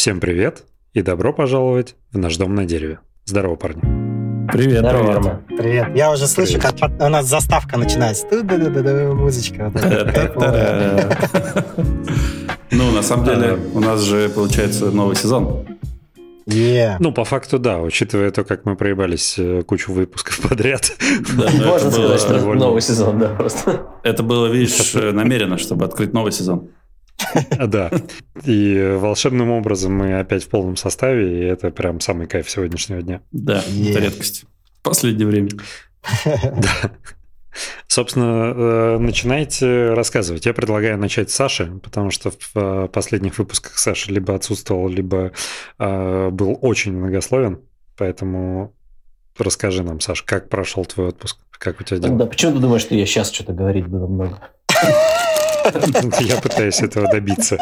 Всем привет и добро пожаловать в наш дом на дереве. Здорово, парни. Привет, Здорово, привет. Рома. Привет. Я уже слышу, Привет. как у нас заставка начинается. Музычка. Ну, на самом деле, у нас же, получается, новый сезон. Ну, по факту, да, учитывая то, как мы проебались кучу выпусков подряд. Можно сказать, что новый сезон, да, просто. Это было, видишь, намеренно, чтобы открыть новый сезон. Да. И волшебным образом мы опять в полном составе, и это прям самый кайф сегодняшнего дня. Да, это редкость. В последнее время. Да. Собственно, начинайте рассказывать. Я предлагаю начать с Саши, потому что в последних выпусках Саша либо отсутствовал, либо был очень многословен. Поэтому расскажи нам, Саш, как прошел твой отпуск? Как у тебя дела? Да, почему ты думаешь, что я сейчас что-то говорить буду много? Я пытаюсь этого добиться.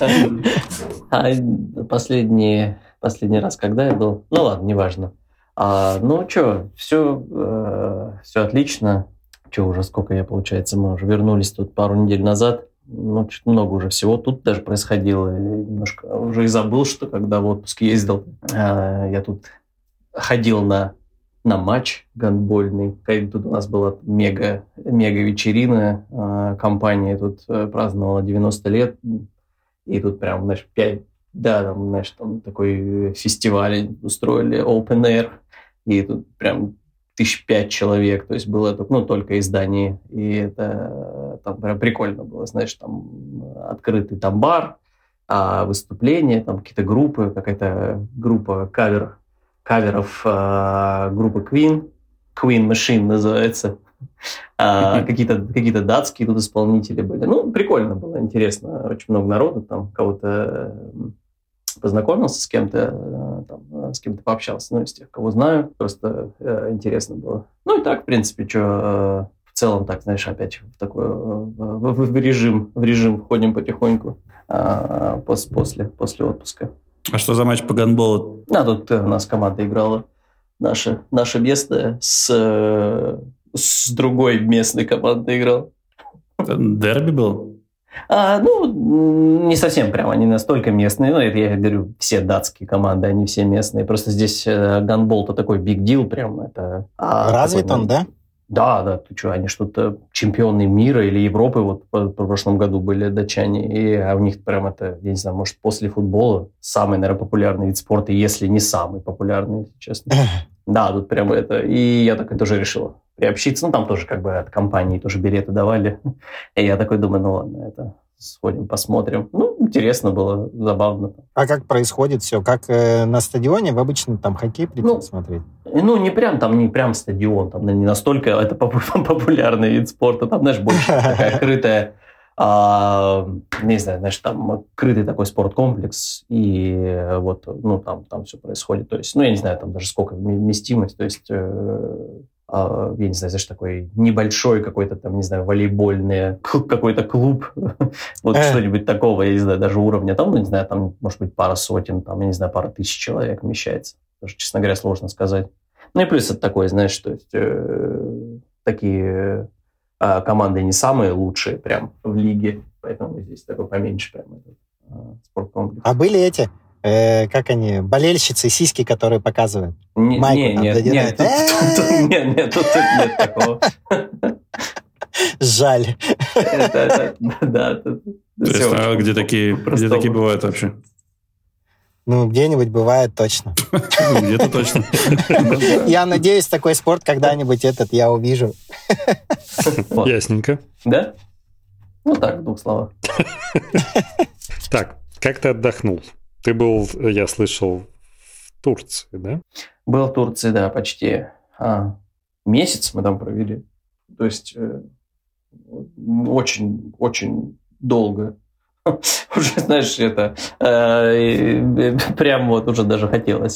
Последний раз, когда я был? Ну ладно, неважно. Ну что, все отлично. Что уже, сколько я, получается, мы уже вернулись тут пару недель назад. Ну, чуть много уже всего тут даже происходило. И немножко уже и забыл, что когда в отпуск ездил, я тут ходил на матч гандбольный. Тут у нас была мега вечерина. Компания тут праздновала 90 лет. И тут прям, знаешь, 5... Да, там, знаешь, там такой фестиваль устроили, open air. И тут прям 1005 человек, то есть было только из Дании, и это там прям прикольно было, знаешь, там открытый там бар, выступления, там какие-то группы, какая-то группа каверов группы Queen Machine называется, какие-то датские тут исполнители были, ну, прикольно было, интересно, очень много народу, там кого-то познакомился с кем-то пообщался, ну, из тех, кого знаю, просто интересно было. Ну, и так, в принципе, в целом, так, знаешь, опять в такой в режим входим потихоньку после отпуска. А что за матч по гандболу? Тут у нас команда играла, наша местная, с другой местной командой играла. Дерби был? Не совсем прям, они настолько местные. Ну, это я говорю, все датские команды, они все местные. Просто здесь гандбол-то такой big deal прям. Это, развит он, да? Да, ты что, они что-то чемпионы мира или Европы вот в прошлом году были датчане, и у них прям это, я не знаю, может, после футбола самый, наверное, популярный вид спорта, если не самый популярный, если честно. Да, тут прям это. И я такой тоже решил приобщиться. Ну, там тоже как бы от компании тоже билеты давали. И я такой думаю, ну ладно, это сходим, посмотрим. Ну, интересно было, забавно. А как происходит все? Как на стадионе в обычном там хоккей прийти смотреть? Ну, не прям стадион, там не настолько это популярный вид спорта. Там, знаешь, больше такая крытая, не знаю, знаешь, там крытый такой спорткомплекс, и вот, ну, там все происходит. То есть, ну, я не знаю, там даже сколько вместимость, то есть, я не знаю, знаешь, такой небольшой какой-то там, не знаю, волейбольный какой-то клуб, вот что-нибудь такого, я не знаю, даже уровня, там, ну, не знаю, там, может быть, пара сотен, там, я не знаю, пара тысяч человек вмещается. Даже, честно говоря, сложно сказать. Ну, и плюс это такое, знаешь, то есть, такие команды не самые лучшие прям в лиге, поэтому здесь такой поменьше прям этот спорткомплекс. А были эти, как они, болельщицы, сиськи, которые показывают? Нет, тут нет такого. Жаль. Да. Где такие бывают вообще? Ну, где-нибудь бывает точно. Где-то точно. Я надеюсь, такой спорт когда-нибудь я увижу. Ясненько. Да? Ну так, в двух словах. Так, как ты отдохнул? Ты был, я слышал, в Турции, да? Был в Турции, да, почти месяц мы там провели. То есть очень, очень долго. Уже, знаешь, это прям вот уже даже хотелось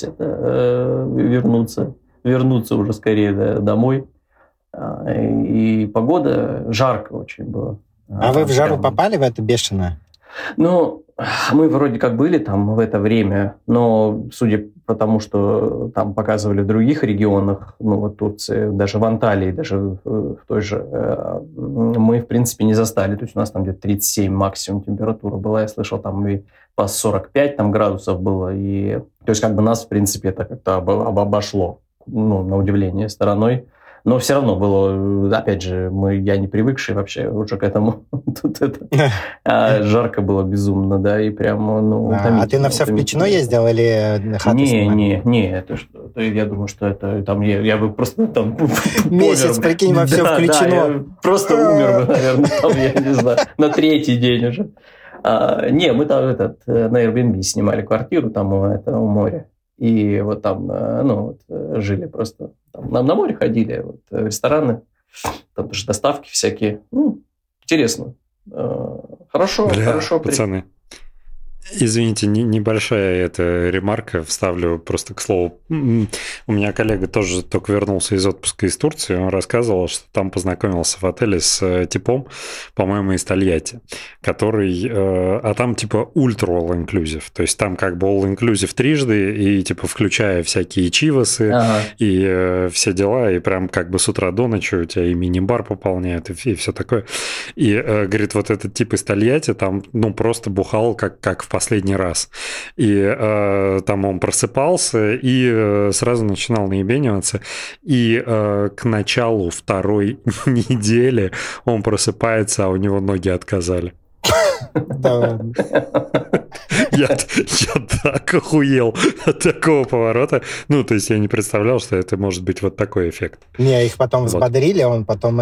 вернуться уже скорее домой. И погода жарко очень было. А вы в жару попали в это бешеное? Ну, мы вроде как были там в это время, но судя по тому, что там показывали в других регионах, ну вот Турции, даже в Анталии, даже в той же, мы в принципе не застали. То есть у нас там где-то 37 максимум температура была. Я слышал, там и по 45 там градусов было. И, то есть как бы нас, в принципе, это как-то обошло, на удивление, стороной. Но все равно было, опять же, я не привыкший вообще уже к этому. Тут жарко было безумно, да, и прямо, А ты на все включено ездил или хату снимали? Не, это что? Я думаю, что это там я бы просто там месяц, прикинь, во все включено. Да, я просто умер бы, наверное, там, я не знаю, на третий день уже. Не, мы там на Airbnb снимали квартиру там у моря. И вот там, жили просто. Там, на море ходили, в рестораны, там тоже доставки всякие. Интересно. Хорошо. Пацаны, извините, небольшая эта ремарка, вставлю просто к слову. У меня коллега тоже только вернулся из отпуска из Турции, он рассказывал, что там познакомился в отеле с типом, по-моему, из Тольятти, который... А там типа ультра all-inclusive, то есть там как бы all-inclusive трижды, и типа включая всякие чивосы, и все дела, и прям как бы с утра до ночи у тебя и мини-бар пополняют, и все такое. И, говорит, вот этот тип из Тольятти там, просто бухал как в последний раз. И там он просыпался и сразу начинал наебениваться. И к началу второй недели он просыпается, а у него ноги отказали. Я так охуел от такого поворота. То есть я не представлял, что это может быть вот такой эффект. Не, их потом взбодрили, он потом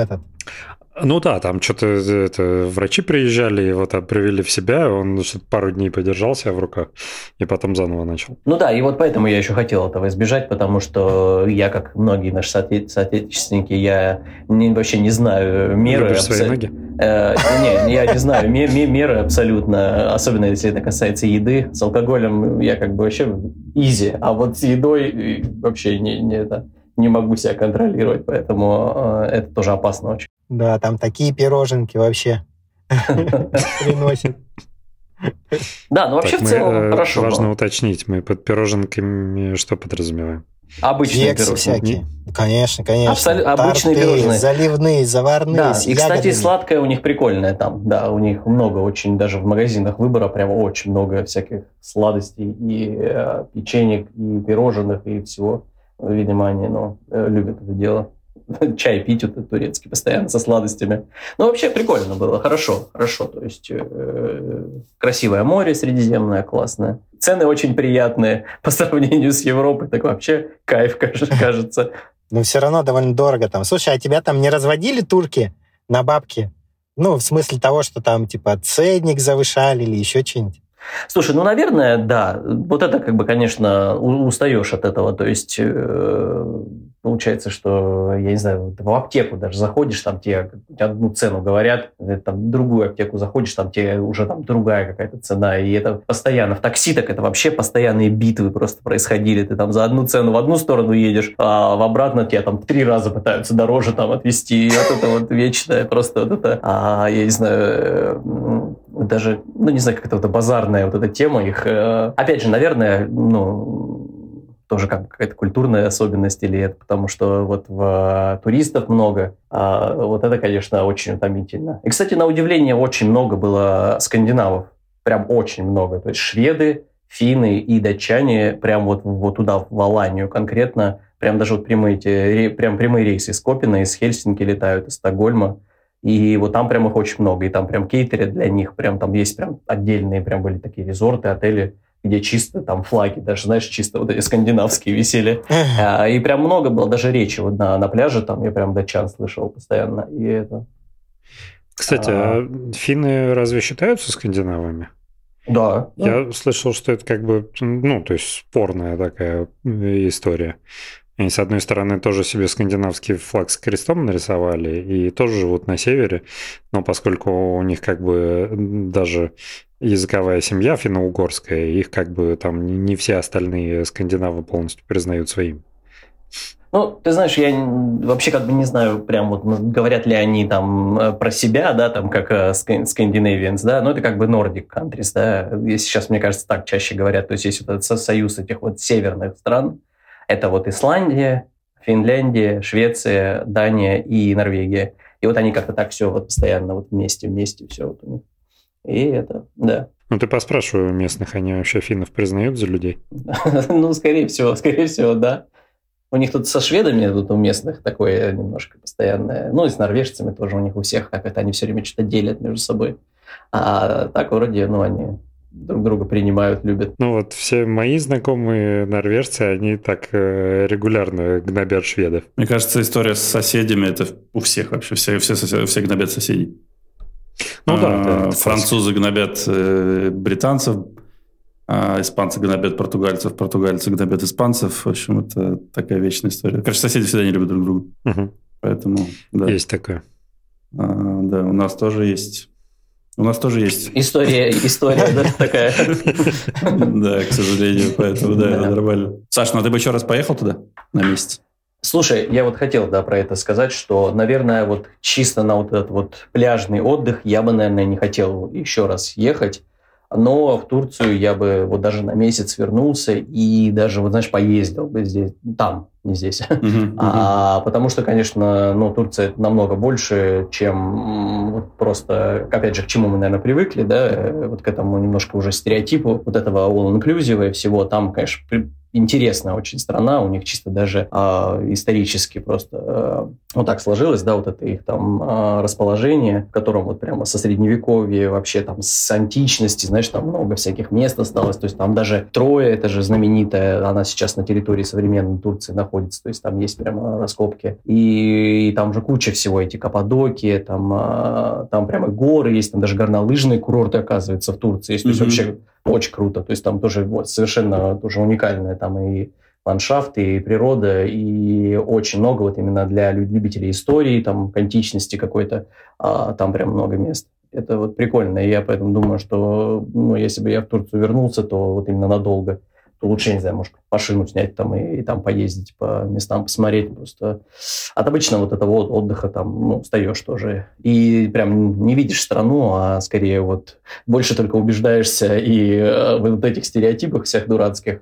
там что-то врачи приезжали, его там привели в себя, он что-то пару дней подержал себя в руках, и потом заново начал. И вот поэтому я еще хотел этого избежать, потому что я, как многие наши соотечественники, я вообще не знаю меры. Любишь свои ноги? Я не знаю меры абсолютно, особенно если это касается еды. С алкоголем я как бы вообще изи, а вот с едой вообще не могу себя контролировать, поэтому это тоже опасно очень. Да, там такие пироженки вообще приносят. Да, вообще в целом хорошо. Важно уточнить, мы под пироженками что подразумеваем? Обычные пирожные. Всякие. Конечно. Обычные пирожные. Заливные, заварные. Да, и, кстати, сладкое у них прикольное там. Да, у них много очень, даже в магазинах выбора прямо очень много всяких сладостей и печенек, и пирожных, и всего. Видимо, они любят это дело. Чай пить турецкий постоянно со сладостями. Вообще прикольно было, хорошо. То есть красивое море Средиземное, классное. Цены очень приятные по сравнению с Европой. Так вообще кайф, кажется. Но все равно довольно дорого там. Слушай, а тебя там не разводили турки на бабки? В смысле того, что там типа ценник завышали или еще что-нибудь? Слушай, наверное, да. Вот это, конечно, устаешь от этого. То есть получается, что, я не знаю, в аптеку даже заходишь, там тебе одну цену говорят, там в другую аптеку заходишь, там тебе уже там другая какая-то цена. И это постоянно. В такси так это вообще постоянные битвы просто происходили. Ты там за одну цену в одну сторону едешь, а в обратно тебя там 3 раза пытаются дороже там отвезти. И вот это вечное просто я не знаю, даже, не знаю, как это базарная вот эта тема их. Опять же, наверное, тоже какая-то культурная особенность или это потому, что вот туристов много. Вот это, конечно, очень утомительно. И, кстати, на удивление, очень много было скандинавов. Прям очень много. То есть шведы, финны и датчане прям вот туда, в Аланию конкретно, прям даже прямые рейсы из Копена, из Хельсинки летают, из Стокгольма. И вот там прям их очень много. И там прям кейтерят для них. Прям там есть прям отдельные прям были такие резорты, отели, где чисто там флаги, даже, знаешь, чисто вот эти скандинавские висели. И прям много было даже речи вот на пляже. Там я прям датчан слышал постоянно. И это... Кстати, а финны разве считаются скандинавами? Да. Я слышал, что это как бы, то есть спорная такая история. Они, с одной стороны, тоже себе скандинавский флаг с крестом нарисовали и тоже живут на севере, но поскольку у них как бы даже языковая семья финно-угорская, их как бы там не все остальные скандинавы полностью признают своим. Ты знаешь, я вообще как бы не знаю, прям вот говорят ли они там про себя, да, там как Scandinavians, да, но это как бы Nordic countries, да, и сейчас, мне кажется, так чаще говорят, то есть есть вот этот союз этих вот северных стран, это вот Исландия, Финляндия, Швеция, Дания и Норвегия. И вот они как-то так все вот постоянно вот вместе все вот у них. И это, да. Ну, ты поспрашивай у местных, они вообще финнов признают за людей? Ну, скорее всего, да. У них тут со шведами, тут у местных такое немножко постоянное. Ну, и с норвежцами тоже у них у всех, как это, они все время что-то делят между собой. А так вроде, они друг друга принимают, любят. Ну, вот все мои знакомые норвежцы, они так регулярно гнобят шведов. Мне кажется, история с соседями, это у всех вообще, все гнобят соседей. Ну да. Французы гнобят британцев, испанцы гнобят португальцев, португальцы гнобят испанцев. В общем, это такая вечная история. Короче, соседи всегда не любят друг друга. Угу. Поэтому, да. Есть такое. Да, у нас тоже есть. История, да, такая. Да, к сожалению, поэтому, да, это нормально. Саш, ну ты бы еще раз поехал туда на месяц? Слушай, я вот хотел, про это сказать, что, наверное, вот чисто на вот этот вот пляжный отдых я бы, наверное, не хотел еще раз ехать, но в Турцию я бы вот даже на месяц вернулся и даже, вот знаешь, поездил бы здесь, там, не здесь. Потому что, конечно, Турция это намного больше, чем вот просто, опять же, к чему мы, наверное, привыкли, да, вот к этому немножко уже стереотипу вот этого all-inclusive и всего. Там, конечно, интересная очень страна, у них чисто даже исторически просто вот так сложилось, да, вот это их там расположение, в котором вот прямо со средневековья, вообще там с античности, знаешь, там много всяких мест осталось, то есть там даже Троя, это же знаменитая, она сейчас на территории современной Турции находится, то есть там есть прямо раскопки, и там же куча всего, эти Каппадокии, там прямо горы есть, там даже горнолыжные курорты, оказывается, в Турции есть, то есть вообще очень круто, то есть там тоже вот, совершенно тоже уникальная там и ландшафт, и природа, и очень много вот именно для любителей истории, там, к античности какой-то, там прям много мест. Это вот прикольно, и я поэтому думаю, что, если бы я в Турцию вернулся, то вот именно надолго, то лучше, не знаю, может, машину снять там и там поездить по местам, посмотреть просто. От обычного вот этого отдыха там, устаешь тоже. И прям не видишь страну, а скорее вот больше только убеждаешься и в вот этих стереотипах всех дурацких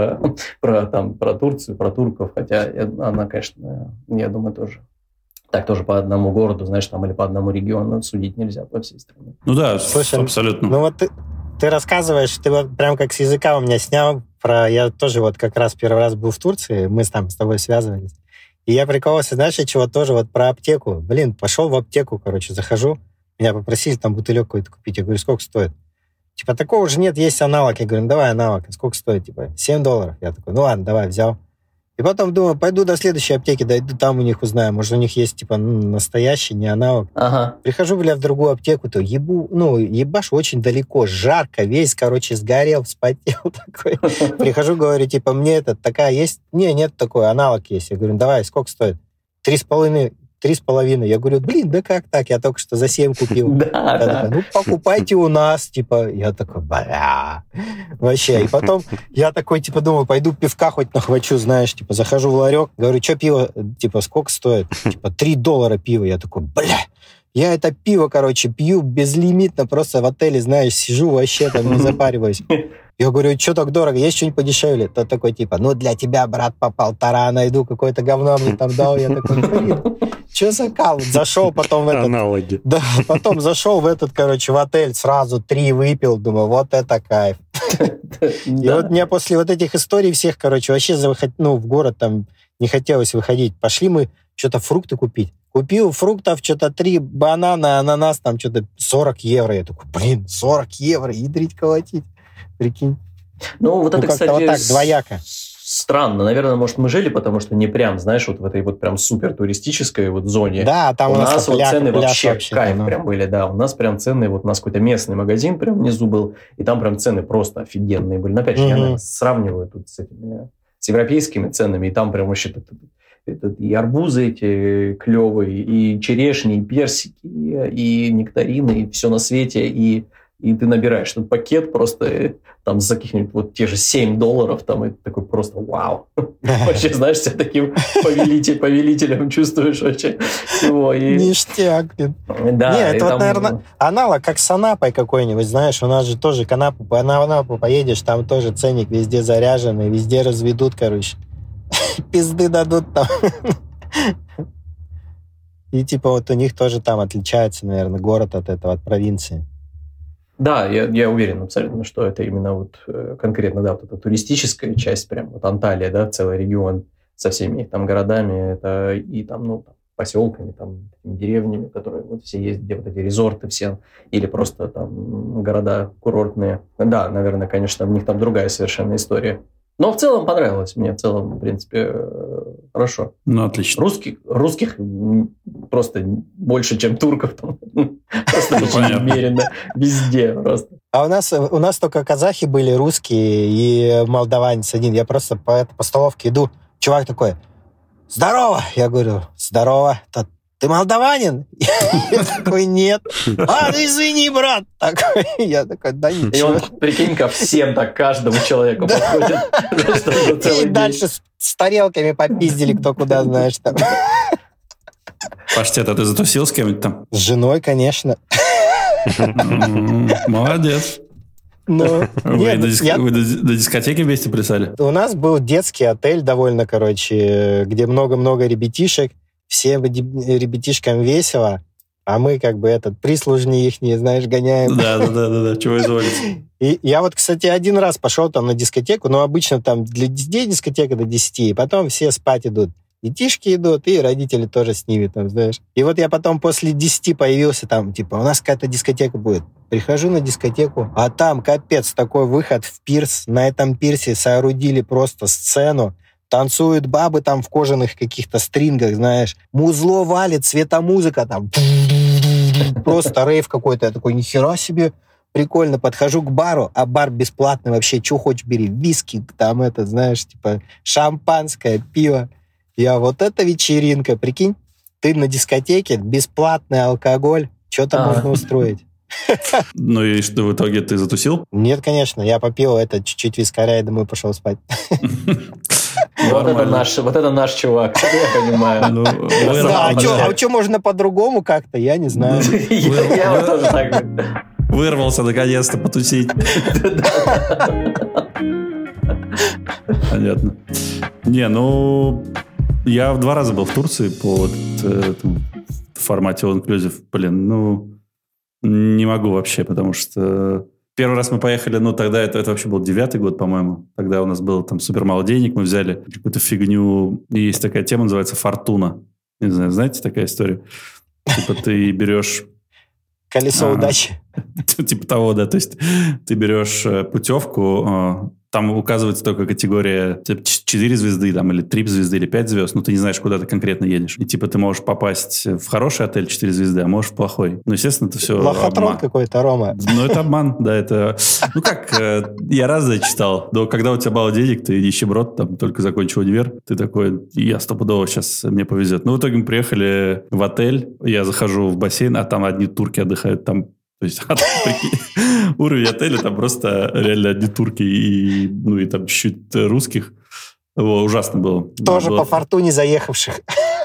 про Турцию, про турков, хотя она, конечно, я думаю, тоже. Так тоже по одному городу, знаешь, там или по одному региону судить нельзя по всей стране. Ну да, слушай, абсолютно. Ну вот ты рассказываешь, ты вот прям как с языка у меня снял я тоже вот как раз первый раз был в Турции, мы там с тобой связывались, и я прикололся, знаешь, чего тоже вот про аптеку. Пошел в аптеку, захожу, меня попросили там бутылек какой-то купить, я говорю, сколько стоит? Типа, такого же нет, есть аналог. Я говорю, давай аналог, сколько стоит? Типа, $7. Я такой, ладно, давай, взял. И потом думаю, пойду до следующей аптеки, дойду, там у них узнаю. Может, у них есть, типа, настоящий, не аналог. Ага. Прихожу, в другую аптеку, то ебаш очень далеко, жарко, весь, сгорел, вспотел такой. Прихожу, говорю, типа, мне такая есть? Нет такой, аналог есть. Я говорю, давай, сколько стоит? 3,5. Я говорю, да как так? Я только что за 7 купил. Да. Покупайте у нас. Типа, я такой, вообще. И потом я такой, типа, думаю, пойду пивка хоть нахвачу, знаешь, типа, захожу в ларек, говорю, что пиво, типа, сколько стоит? Типа, $3 пиво. Я такой, я это пиво, пью безлимитно, просто в отеле, знаешь, сижу вообще там, не запариваюсь. Я говорю, что так дорого, есть что-нибудь подешевле? Тот такой, типа, для тебя, брат, по 1,5 найду, какое-то говно мне там дал. Я такой, что за кал? Зашел потом в этот... Аналоги. Да, потом зашел в этот, в отель, сразу 3 выпил, думаю, вот это кайф. И вот мне после вот этих историй всех, вообще в город там не хотелось выходить. Пошли мы что-то фрукты купить. Купил фруктов, что-то 3 банана, ананас, там что-то 40 евро. Я такой, 40 евро, ядрить, колотить. Прикинь. Вот это, кстати, вот так, двояко. Странно. Наверное, может, мы жили, потому что не прям, знаешь, вот в этой вот прям супер туристической вот зоне. Да, там у нас вот цены вообще кайф да, прям были, да. У нас прям цены, вот у нас какой-то местный магазин прям внизу был, и там прям цены просто офигенные были. Но опять же, я, наверное, сравниваю тут с европейскими ценами, и там прям вообще и арбузы эти клевые, и черешни, и персики, и нектарины, и все на свете, и ты набираешь этот пакет просто там за каких-нибудь вот те же $7, там, и такой просто вау. Вообще, знаешь, себя таким повелителем чувствуешь вообще. Ништяк, блин. Да. Не, это, наверное, аналог как с Анапой какой-нибудь, знаешь, у нас же тоже к Анапу поедешь, там тоже ценник везде заряженный, везде разведут, пизды дадут там. И типа вот у них тоже там отличается, наверное, город от этого, от провинции. Да, я уверен абсолютно, что это именно вот конкретно, да, вот эта туристическая часть, прям вот Анталия, да, целый регион со всеми их там городами, это и там, ну, поселками, там, деревнями, которые вот все есть, где вот эти резорты все, или просто там города курортные. Да, наверное, конечно, в них там другая совершенно история. Но в целом понравилось мне, в целом, в принципе, хорошо. Ну, отлично. Русских просто больше, чем турков. Просто очень умеренно везде просто. А у нас только казахи были, русские и молдаванец один. Я просто по столовке иду, чувак такой: здорово! Я говорю: здорово. Ты молдаванин? Я такой: нет. Ну извини, брат. Я такой: да ничего. И он, прикинь, ко всем, так каждому человеку подходит. И дальше с тарелками попиздили, кто куда, знаешь, там. Паштет, а ты затусил с кем-нибудь там? С женой, конечно. Молодец. Вы до дискотеки вместе плясали? У нас был детский отель довольно, где много-много ребятишек. Всем ребятишкам весело, а мы как бы прислужни их, знаешь, гоняем. Да, чего изволите. И я вот, кстати, один раз пошел там на дискотеку, но обычно там для детей дискотека до 10, и потом все спать идут. Детишки идут, и родители тоже с ними, там, знаешь. И вот я потом после 10 появился там, типа, у нас какая-то дискотека будет. Прихожу на дискотеку, а там капец, такой выход в пирс. На этом пирсе соорудили просто сцену. Танцуют бабы там в кожаных каких-то стрингах, знаешь. Музло валит, светомузыка там. Просто рейв какой-то. Я такой: нихера себе, прикольно. Подхожу к бару, а бар бесплатный вообще. Чего хочешь бери. Виски, там знаешь, типа шампанское, пиво. Я: вот это вечеринка, прикинь. Ты на дискотеке, бесплатный алкоголь. Что-то можно устроить. Ну и что, в итоге ты затусил? Нет, конечно. Я попил чуть-чуть вискаря и домой пошел спать. Вот это наш чувак, я понимаю. А что, можно по-другому как-то? Я не знаю. Я вот тоже так. Вырвался наконец-то потусить. Понятно. Не, ну, я 2 раза был в Турции по формате All Inclusive. Блин, ну, не могу вообще, потому что первый раз мы поехали, тогда это вообще был 9-й год, по-моему. Тогда у нас было там супер мало денег, мы взяли какую-то фигню. И есть такая тема, называется «Фортуна». Не знаю, знаете, такая история? Типа ты берешь... Колесо удачи. Типа того, да. То есть ты берешь путевку, там указывается только категория 4 звезды, там, или 3 звезды, или 5 звезд, но ты не знаешь, куда ты конкретно едешь. И типа ты можешь попасть в хороший отель 4 звезды, а можешь в плохой. Ну, естественно, это все лохотрон обман. Какой-то, Рома. Ну, это обман, да, это... Ну, как, я раз зачитал, но когда у тебя мало денег, ты нищеброд, там, только закончил универ, ты такой: я стопудово сейчас, мне повезет. Ну, в итоге мы приехали в отель, я захожу в бассейн, а там одни турки отдыхают, там. То есть уровень отеля там просто реально одни турки и там чуть-чуть русских. Ужасно было. Тоже по фортуне заехавших.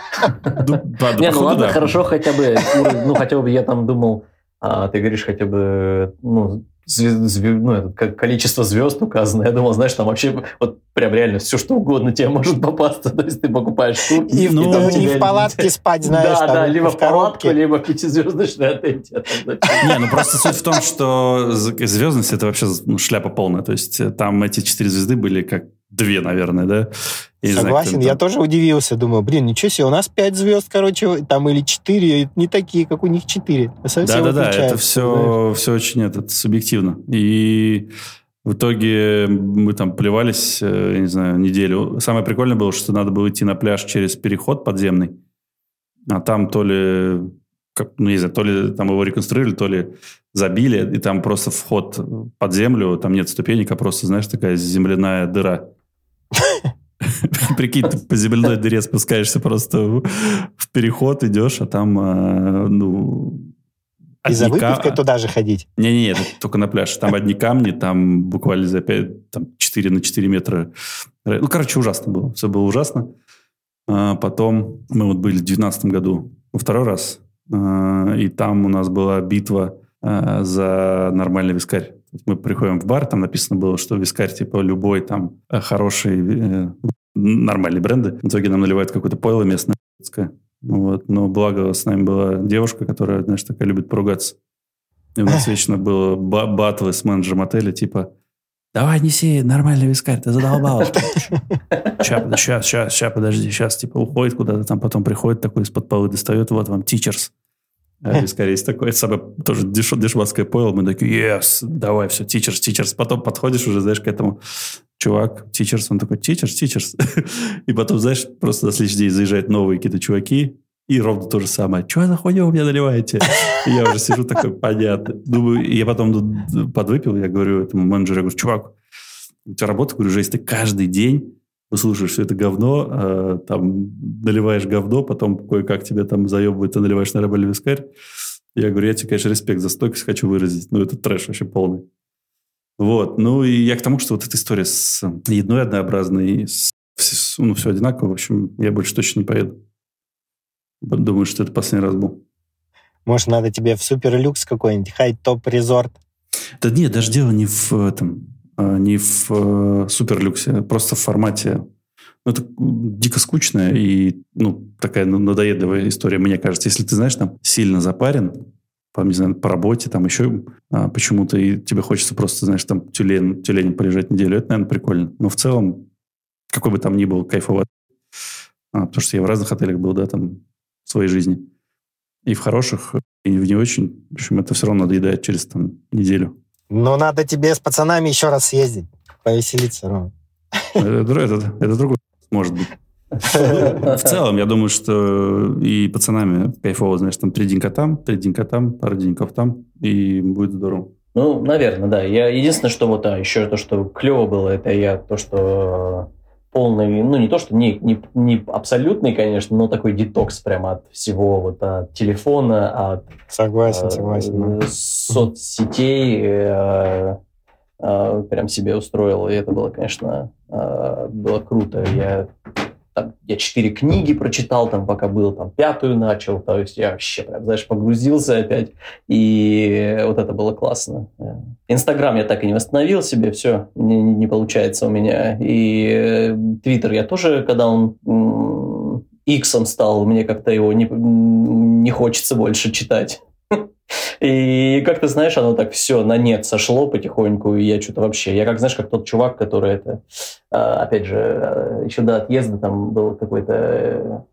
Не, ну ладно, хорошо хотя бы. Ну, хотя бы я там думал, ты говоришь хотя бы, количество звезд указано. Я думал, знаешь, там вообще вот прям реально все, что угодно тебе может попасться. То есть ты покупаешь тур. И в палатке спать, знаешь. Да, либо в палатку, либо в 5-звездочный отель. Не, ну просто суть в том, что звездность — это вообще шляпа полная. То есть там эти 4 звезды были как 2, наверное, да? Согласен, я тоже удивился. Думаю, ничего себе, у нас 5 звезд, короче, там или 4, не такие, как у них 4. Да, это все очень субъективно. И в итоге мы там плевались, я не знаю, неделю. Самое прикольное было, что надо было идти на пляж через переход подземный, а там то ли там его реконструировали, то ли забили, и там просто вход под землю, там нет ступенек, а просто, знаешь, такая земляная дыра. Прикинь, ты по земляной дыре спускаешься просто в переход, идешь, а там, и за выпивкой туда же ходить? Не, только на пляж. Там одни камни, там буквально за 4 на 4 метра. Ну, короче, ужасно было. Все было ужасно. Потом мы были в 2019 году во 2-й раз, и там у нас была битва за нормальный вискарь. Мы приходим в бар, там написано было, что вискарь типа любой, там хороший, нормальные бренды. В итоге нам наливают какое-то пойло местное. Вот. Но благо с нами была девушка, которая, знаешь, такая любит поругаться. И у нас вечно было батлы с менеджером отеля, типа, давай неси нормальный вискарь, ты задолбал. Сейчас, подожди, сейчас, типа, уходит куда-то, там потом приходит такой из-под полы, достает, вот вам teachers. А вискарь есть такой, это самое тоже дешманское пойло, мы такие, yes, давай, все, teachers. Потом подходишь уже, знаешь, к этому, чувак, teachers, он такой, teachers. И потом, знаешь, просто на следующий день заезжают новые какие-то чуваки, и ровно то же самое. Что за хуйню вы мне наливаете? И я уже сижу такой, понятно. Думаю, я потом подвыпил, я говорю этому менеджеру, я говорю, чувак, у тебя работа, говорю, если ты каждый день выслушаешь все это говно, там наливаешь говно, потом кое-как тебе там заебывают, ты наливаешь нормальный вискарь. Я говорю, я тебе, конечно, респект за стойкость хочу выразить. Ну, это трэш вообще полный. Вот. Ну, и я к тому, что вот эта история с едой однообразной, ну, все одинаково, в общем, я больше точно не поеду. Думаю, что это последний раз был. Может, надо тебе в суперлюкс какой-нибудь, хай-топ-резорт? Да нет, даже дело не в этом, не в суперлюксе, просто в формате. Ну, это дико скучная и, ну, такая надоедливая история, мне кажется. Если ты, знаешь, там сильно запарен, не знаю, по работе, там еще почему-то, и тебе хочется просто, знаешь, там тюленем полежать неделю, это, наверное, прикольно. Но в целом, какой бы там ни был кайфовый, потому что я в разных отелях был, да, там, в своей жизни. И в хороших, и в не очень. В общем, это все равно надоедает через там неделю. Но надо тебе с пацанами еще раз съездить, повеселиться, Рома. Это другой, может быть. В целом, я думаю, что и пацанами кайфово, знаешь, там 3 денька там, пару деньков там, и будет здорово. Ну, наверное, да. Я единственное, что вот, еще то, что клево было, это то, что полный, ну, не то, что не абсолютный, конечно, но такой детокс прямо от всего, вот от телефона, от согласен. Соцсетей прям себе устроил, и это было, конечно, было круто. Я 4 книги прочитал, там, пока был, там, 5-ю начал, то есть я вообще, прям, знаешь, погрузился опять, и вот это было классно. Инстаграм я так и не восстановил себе, все, не получается у меня, и Твиттер я тоже, когда он иксом стал, мне как-то его не хочется больше читать. И как ты знаешь, оно так все на нет сошло потихоньку, и я что-то вообще... Я как, знаешь, как тот чувак, который это... Опять же, еще до отъезда там был какой-то...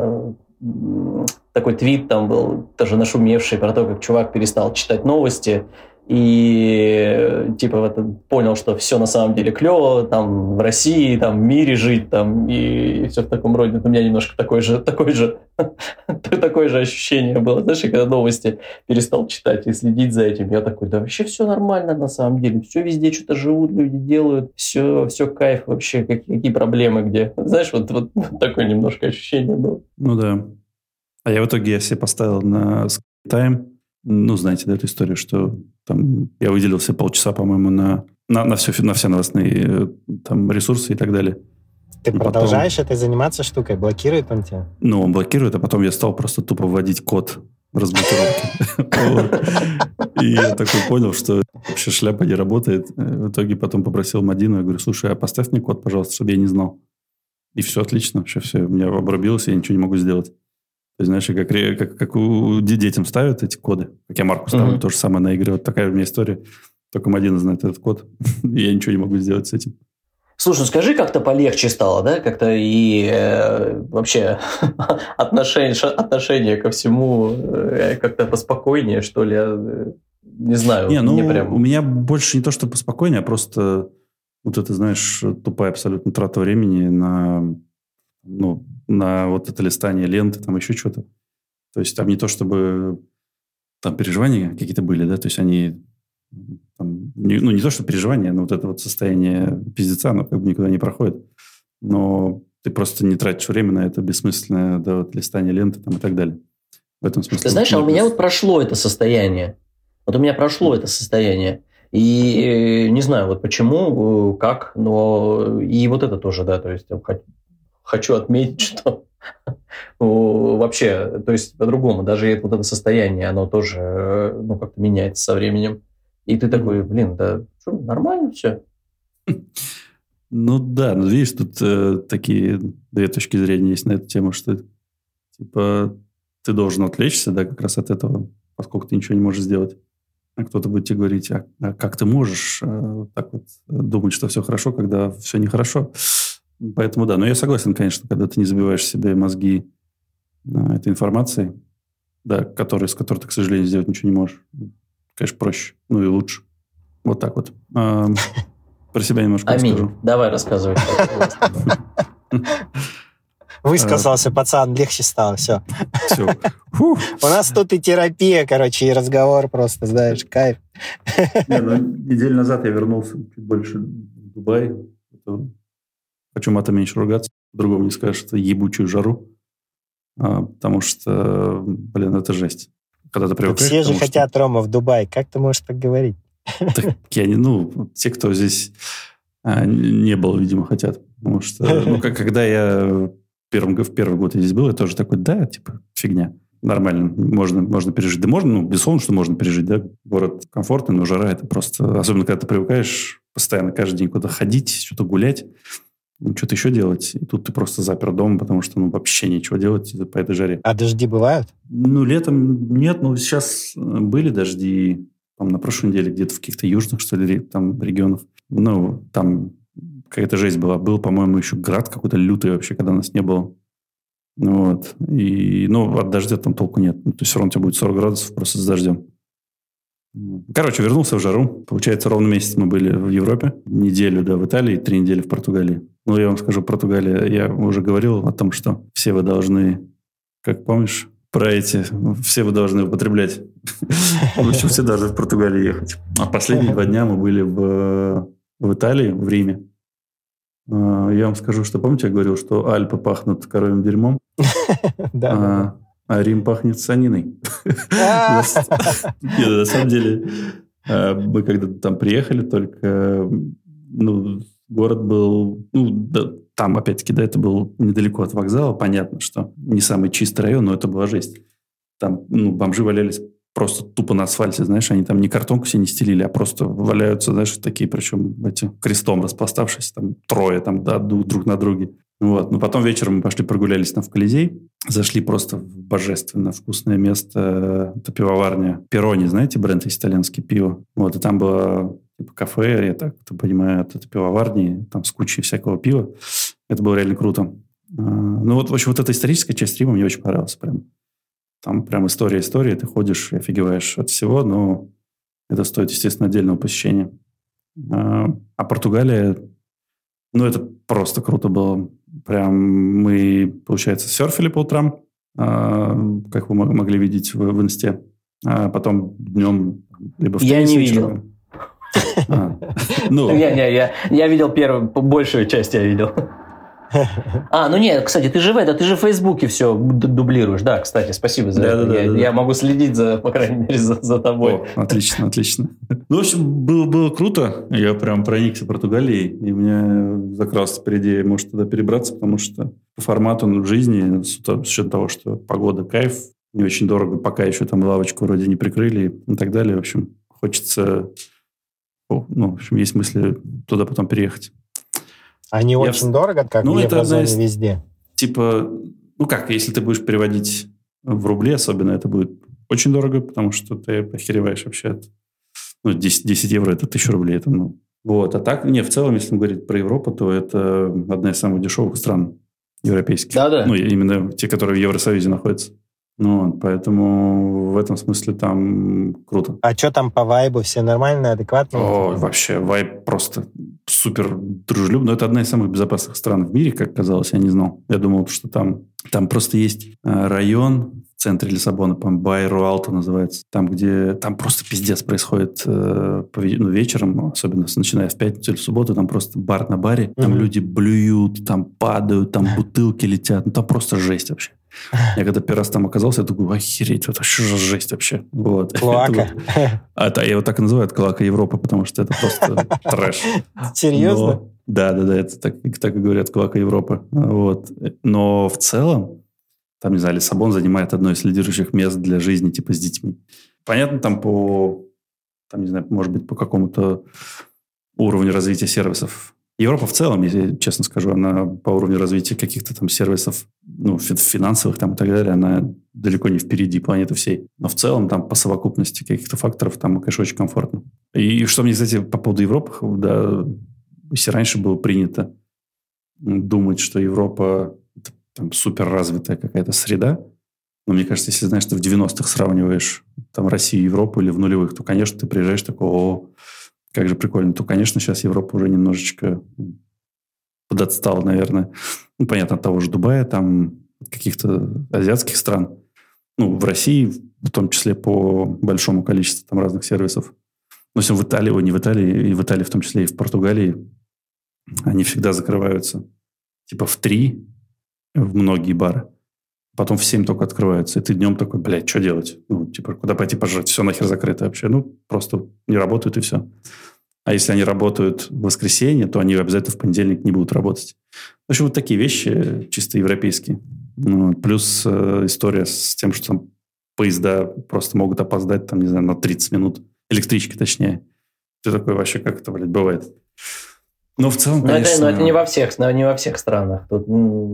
Такой твит там был, тоже нашумевший, про то, как чувак перестал читать новости, и типа понял, что все на самом деле клево, там в России, там в мире жить, там и все в таком роде. У меня немножко такое же ощущение было, знаешь, когда новости перестал читать и следить за этим, я такой, да вообще все нормально на самом деле, все везде что-то живут, люди делают, все кайф вообще, какие проблемы где, знаешь, вот такое немножко ощущение было. Ну да. А я в итоге себе поставил на Time. Ну, знаете, да, эту историю, что там я выделил себе полчаса, по-моему, на все новостные там ресурсы и так далее. Ты продолжаешь этой заниматься штукой? Блокирует он тебя? Ну, он блокирует, а потом я стал просто тупо вводить код разблокировки. И я такой понял, что вообще шляпа не работает. В итоге потом попросил Мадину, я говорю, слушай, а поставь мне код, пожалуйста, чтобы я не знал. И все отлично, вообще все, у меня обрубилось, я ничего не могу сделать. То есть, знаешь, как у детям ставят эти коды, как я Марку ставлю, то же самое на игре. Вот такая у меня история. Только Мадина знает этот код, и я ничего не могу сделать с этим. Слушай, скажи, как-то полегче стало, да? Как-то и вообще отношение ко всему как-то поспокойнее, что ли? Не знаю. У меня больше не то, что поспокойнее, а просто вот это, знаешь, тупая абсолютно трата времени на вот это листание ленты, там еще что-то. То есть там не то, чтобы там переживания какие-то были, да, то есть они там, не то, что переживания, но вот это вот состояние пиздеца, оно как бы никуда не проходит. Но ты просто не тратишь время на это бессмысленное, да, вот листание ленты там и так далее. В этом смысле. Ты знаешь, у меня вот прошло это состояние. Вот у меня прошло это состояние. И не знаю, вот почему, как, но и вот это тоже, да, то есть хочу отметить, что вообще, то есть по-другому, даже вот это состояние, оно тоже, как-то меняется со временем. И ты такой, да что, нормально все? Ну да, видишь, тут такие 2 точки зрения есть на эту тему, что типа ты должен отвлечься, да, как раз от этого, поскольку ты ничего не можешь сделать. А кто-то будет тебе говорить, а как ты можешь так вот думать, что все хорошо, когда все нехорошо. Поэтому да, но я согласен, конечно, когда ты не забиваешь себе мозги этой информацией, да, с которой ты, к сожалению, сделать ничего не можешь. Конечно, проще, ну и лучше. Вот так вот. Про себя немножко расскажу. Давай рассказывай. Высказался пацан, легче стало, все. У нас тут и терапия, короче, и разговор просто, знаешь, кайф. Неделю назад я вернулся чуть больше в Дубай. Хочу матом меньше ругаться. По-другому не скажешь, это ебучую жару. Потому что, это жесть. Когда ты привыкаешь... Все же хотят, Рома, в Дубай. Как ты можешь так говорить? Так те, кто здесь не был, видимо, хотят. Потому что, когда я... В первый год я здесь был, я тоже такой, фигня. Нормально, можно пережить. Да можно, безусловно, что можно пережить, да. Город комфортный, но жара это просто... Особенно, когда ты привыкаешь постоянно каждый день куда-то ходить, что-то гулять, что-то еще делать. И тут ты просто запер дома, потому что, вообще нечего делать по этой жаре. А дожди бывают? Летом нет, сейчас были дожди, на прошлой неделе где-то в каких-то южных, что ли, там регионах. Там... Какая-то жесть была. Был, по-моему, еще град какой-то лютый вообще, когда нас не было. От дождя там толку нет. То есть все равно у тебя будет 40 градусов просто с дождем. Короче, вернулся в жару. Получается, ровно месяц мы были в Европе. Неделю, в Италии, 3 недели в Португалии. Я вам скажу, Португалия, я уже говорил о том, что все вы должны, как помнишь, все вы должны употреблять. В общем, все должны в Португалию ехать. А последние 2 дня мы были в Италии, в Риме. Я вам скажу, что, помните, я говорил, что Альпы пахнут коровьим дерьмом, а Рим пахнет саниной. На самом деле, мы когда там приехали, только город был... Там, опять-таки, это был недалеко от вокзала. Понятно, что не самый чистый район, но это была жесть. Там бомжи валялись просто тупо на асфальте, знаешь, они там не картонку себе не стелили, а просто валяются, знаешь, такие, причем крестом распластавшись, там 3 друг на друге. Потом вечером мы пошли прогулялись там в Колизей, зашли просто в божественно вкусное место, это пивоварня Перони, знаете, бренд есть итальянский пиво. И там было кафе, я так понимаю, это пивоварни, там с кучей всякого пива. Это было реально круто. В общем, эта историческая часть Рима мне очень понравилась прям. Там прям история, ты ходишь и офигеваешь от всего, но это стоит, естественно, отдельного посещения. А Португалия, это просто круто было. Прям мы, получается, серфили по утрам, как вы могли видеть в инсте, а потом днем либо в Я не видел. Я видел большую часть я видел. Кстати, ты же в Фейсбуке все дублируешь. Да, кстати, спасибо за это. Я могу следить, по крайней мере, за тобой. Отлично. В общем, было круто. Я прям проникся Португалией, и у меня закралась теперь идея, может, туда перебраться, потому что по формату в жизни, с учетом того, что погода кайф, не очень дорого, пока еще там лавочку вроде не прикрыли и так далее. В общем, хочется... есть мысли туда потом переехать. Они очень дорого, как в еврозоне везде? Если ты будешь переводить в рубли особенно, это будет очень дорого, потому что ты охереваешь вообще от... 10 евро – это 1000 рублей. А так, в целом, если говорить про Европу, то это одна из самых дешевых стран европейских. Да. Именно те, которые в Евросоюзе находятся. Поэтому в этом смысле там круто. А что там по вайбу? Все нормально, адекватно? Вообще, вайб просто супер дружелюбный. Но это одна из самых безопасных стран в мире, как казалось, я не знал. Я думал, что там просто есть район в центре Лиссабона, по-моему, Байру-Алто называется. Там просто пиздец происходит вечером, особенно начиная в пятницу или в субботу, там просто бар на баре, там люди блюют, там падают, там бутылки летят. Там просто жесть вообще. Я когда первый раз там оказался, я думаю, охереть, это что за жесть вообще? Клоака. Я его так и называю, это клоака Европы, потому что это просто трэш. Серьезно? Да, это так и говорят, клоака Европы. Но в целом, там, не знаю, Лиссабон занимает одно из лидирующих мест для жизни, с детьми. Понятно, может быть, по какому-то уровню развития сервисов. Европа в целом, если честно скажу, она по уровню развития каких-то там сервисов, финансовых там и так далее, она далеко не впереди планеты всей. Но в целом там по совокупности каких-то факторов там, конечно, очень комфортно. И что мне, кстати, по поводу Европы, да, если раньше было принято думать, что Европа это там суперразвитая какая-то среда, но мне кажется, если знаешь, ты в 90-х сравниваешь там Россию и Европу или в нулевых, то, конечно, ты приезжаешь такой, о, как же прикольно. То, конечно, сейчас Европа уже немножечко подотстала, наверное. Ну, понятно, от того же Дубая, там каких-то азиатских стран. Ну, в России, в том числе по большому количеству там разных сервисов. Но если в Италии, не в Италии, и в Италии в том числе, и в Португалии, они всегда закрываются типа в 3 в многие бары. Потом в 7 только открываются. И ты днем такой, блядь, что делать? Ну, типа, куда пойти пожрать? Все нахер закрыто вообще. Ну, просто не работают и все. А если они работают в воскресенье, то они обязательно в понедельник не будут работать. В общем, вот такие вещи чисто европейские. Ну, плюс история с тем, что там поезда просто могут опоздать, там, не знаю, на 30 минут. Электрички, точнее. Ты такой вообще, как это, блядь, бывает? Но в целом, конечно... Но это не во всех странах. Тут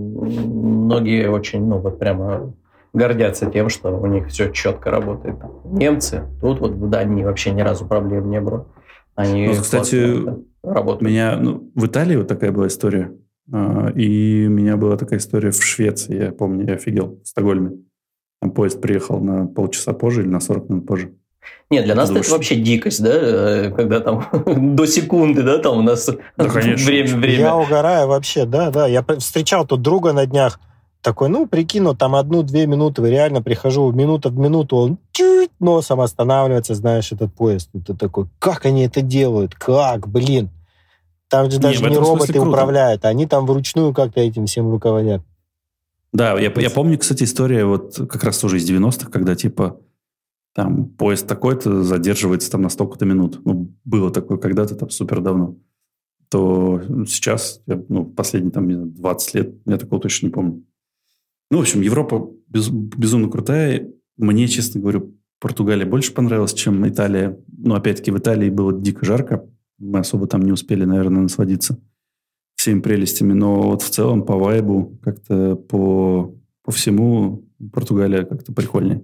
многие очень, вот прямо гордятся тем, что у них все четко работает. Немцы, тут вот в Дании вообще ни разу проблем не было. Они, кстати, работают. У меня в Италии вот такая была история. И у меня была такая история в Швеции. Я помню, я офигел, в Стокгольме. Там поезд приехал на полчаса позже или на 40 минут позже. Нет, для нас это вообще дикость, да, когда там до секунды, да, там у нас время. Я угораю вообще, да. Я встречал тут друга на днях, такой, прикину, там 1-2 минуты, реально прихожу минута в минуту, он чуть носом останавливается, знаешь, этот поезд. И ты такой, как они это делают? Как, блин? Там же даже не роботы управляют, они там вручную как-то этим всем руководят. Да, я помню, кстати, история вот как раз тоже из 90-х, когда типа там поезд такой-то задерживается там на столько-то минут. Ну, было такое когда-то там супер давно. То сейчас, последние там 20 лет, я такого точно не помню. Ну, в общем, Европа безумно крутая. Мне, честно говорю, Португалия больше понравилась, чем Италия. Но, опять-таки, в Италии было дико жарко. Мы особо там не успели, наверное, насладиться всеми прелестями. Но вот в целом по вайбу, как-то по всему Португалия как-то прикольнее.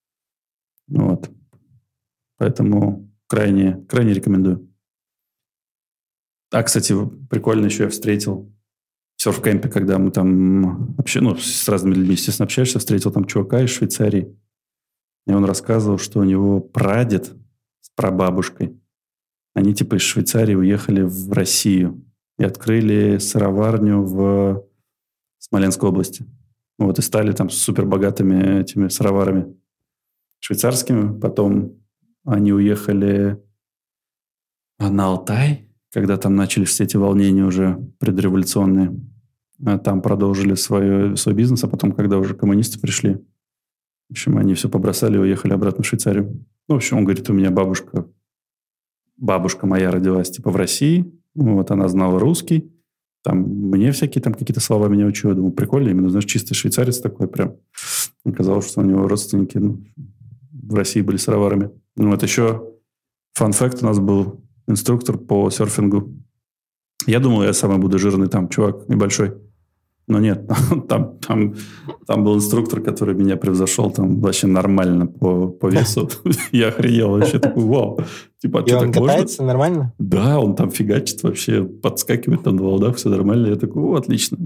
Вот. Поэтому крайне рекомендую. А, кстати, прикольно еще я встретил в серф-кемпе, когда мы там вообще, с разными людьми, естественно, общаешься, встретил там чувака из Швейцарии. И он рассказывал, что у него прадед с прабабушкой, они типа из Швейцарии уехали в Россию и открыли сыроварню в Смоленской области. Вот, и стали там супербогатыми этими сыроварами швейцарскими. Потом они уехали на Алтай, когда там начались все эти волнения уже предреволюционные. Там продолжили свой бизнес, а потом, когда уже коммунисты пришли, в общем, они все побросали и уехали обратно в Швейцарию. Ну, в общем, он говорит, у меня бабушка моя родилась типа в России, вот, она знала русский, там мне всякие там какие-то слова меня учила. Я думаю, прикольно, именно, знаешь, чистый швейцарец такой прям. Оказалось, что у него родственники в России были сыроварами. Вот еще фан-факт, у нас был инструктор по серфингу. Я думал, я самый буду жирный там чувак, небольшой. Но нет, там был инструктор, который меня превзошел там вообще нормально по весу. Я охренел вообще, такой, вау. Типа, и он катается нормально? Да, он там фигачит вообще, подскакивает там на волнах, все нормально. Я такой, отлично.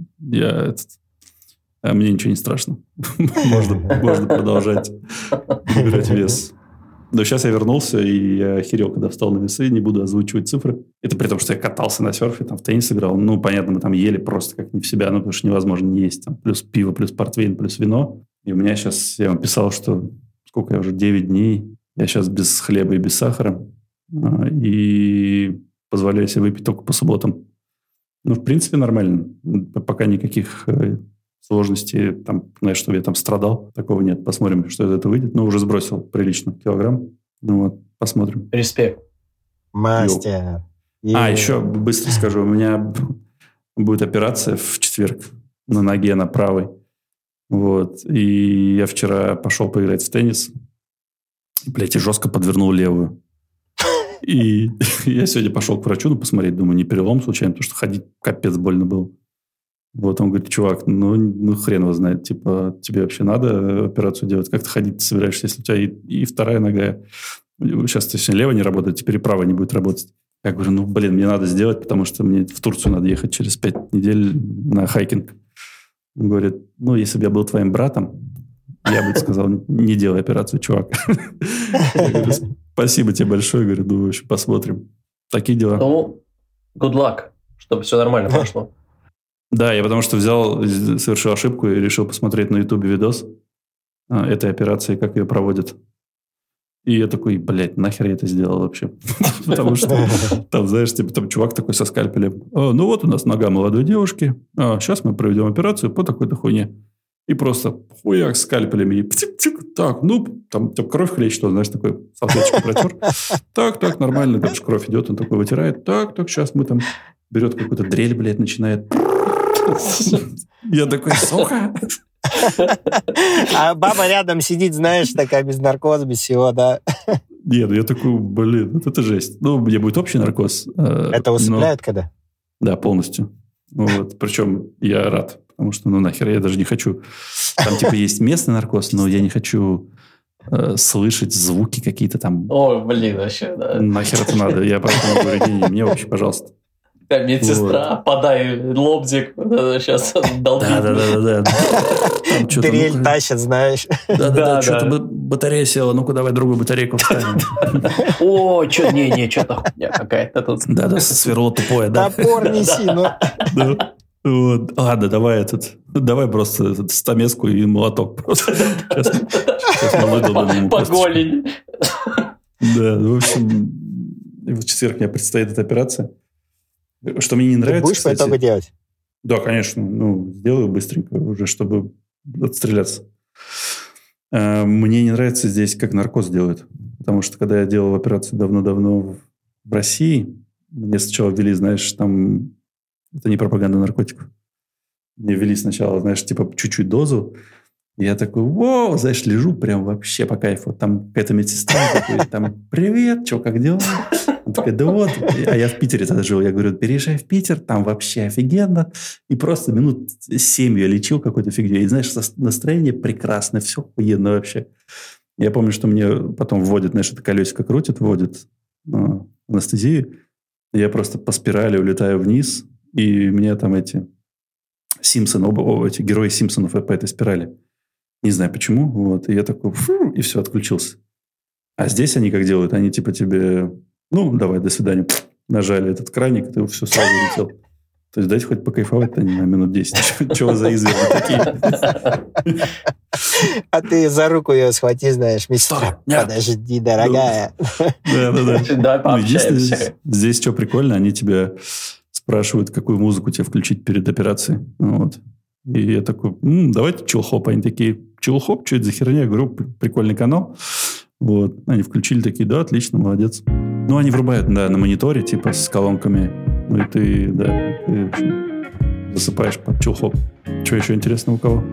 Мне ничего не страшно. Можно продолжать набирать вес. Но сейчас я вернулся, и я охерел, когда встал на весы, не буду озвучивать цифры. Это при том, что я катался на серфе, там в теннис играл. Ну, понятно, мы там ели просто как не в себя, потому что невозможно не есть. Там плюс пиво, плюс портвейн, плюс вино. И у меня сейчас, я вам писал, что сколько я уже, 9 дней, я сейчас без хлеба и без сахара. И позволяю себе выпить только по субботам. Ну, в принципе, нормально. Пока никаких сложностей, там, знаешь, чтобы я там страдал, такого нет. Посмотрим, что из этого выйдет. Но уже сбросил прилично килограмм. Ну вот, посмотрим. Респект. Мастер. Еще быстро скажу. У меня будет операция в четверг на ноге, на правой. Вот. И я вчера пошел поиграть в теннис. Блять, и жестко подвернул левую. И я сегодня пошел к врачу, посмотреть, думаю, не перелом случайно, потому что ходить капец больно было. Вот он говорит, чувак, ну хрен его знает, типа, тебе вообще надо операцию делать? Как ты ходить собираешься, если у тебя и вторая нога, сейчас точнее левая не работает, теперь и правая не будет работать. Я говорю, мне надо сделать, потому что мне в Турцию надо ехать через 5 недель на хайкинг. Он говорит, если бы я был твоим братом, я бы сказал, не делай операцию, чувак. Я говорю, спасибо тебе большое. Я говорю, в общем, посмотрим. Такие дела. Good luck, чтобы все нормально прошло. Да, я потому что совершил ошибку и решил посмотреть на Ютубе видос этой операции, как ее проводят. И я такой, нахер я это сделал вообще? Потому что там, знаешь, там чувак такой со скальпелем. Вот у нас нога молодой девушки. Сейчас мы проведем операцию по такой-то хуйне. И просто хуяк скальпелем. И так, там кровь хлещет, знаешь, такой салфеточку протер. Так, нормально, там же кровь идет, он такой вытирает. Так, сейчас мы там берет какую-то дрель, начинает. Я такой, сука. А баба рядом сидит, знаешь, такая без наркоза, без всего, да. Нет, я такой, вот это жесть. Мне будет общий наркоз. Это усыпляет когда? Да, полностью. Причем я рад, потому что, нахер, я даже не хочу. Там, есть местный наркоз, но я не хочу слышать звуки какие-то там. Вообще, да. Нахер это надо? Я поэтому говорю, не, мне вообще, пожалуйста. Медсестра, подай лобзик, сейчас долбит. Да. Дрель тащат, знаешь. Да, что-то батарея села, ну-ка давай другую батарейку вставим. Что-то хуйня какая-то тут. Да, сверло тупое, да. Топор неси, Ладно, давай просто стамеску и молоток. Сейчас мы выдолбим ему по голени. Да, в общем, в четверг мне предстоит эта операция. Что мне не нравится, будешь по итогу делать? Да, конечно. Сделаю быстренько уже, чтобы отстреляться. Мне не нравится здесь, как наркоз делают. Потому что, когда я делал операцию давно-давно в России, мне сначала ввели, знаешь, там... Это не пропаганда наркотиков. Мне ввели сначала, знаешь, чуть-чуть дозу. И я такой, знаешь, лежу прям вообще по кайфу. Там какая-то медсестра такой, там, привет, как дела? Она такая, да вот. А я в Питере тогда жил. Я говорю, переезжай в Питер, там вообще офигенно. И просто минут 7 я лечил какой-то фигней. И знаешь, настроение прекрасное, все охуенно вообще. Я помню, что мне потом вводят, знаешь, это колесико крутит, вводят анестезию. Я просто по спирали улетаю вниз. И меня там эти Симпсоны, эти герои Симпсонов по этой спирали. Не знаю почему. И я такой, и все, отключился. А здесь они как делают? Они тебе, давай, до свидания. Нажали этот краник, и ты все сразу улетел. То есть дайте хоть покайфовать-то, не знаю, минут 10. Чего за изверги такие? А ты за руку ее схвати, знаешь, медсестра. Подожди, дорогая. Да. Здесь что прикольно, они тебя спрашивают, какую музыку тебе включить перед операцией. И я такой, давайте чилхоп. Они такие, чилхоп, что это за херня? Я говорю, прикольный канал. Они включили, такие, да, отлично, молодец. Они врубают, да, на мониторе, с колонками. И ты, да, ты засыпаешь под чилхоп. Что еще интересного у кого?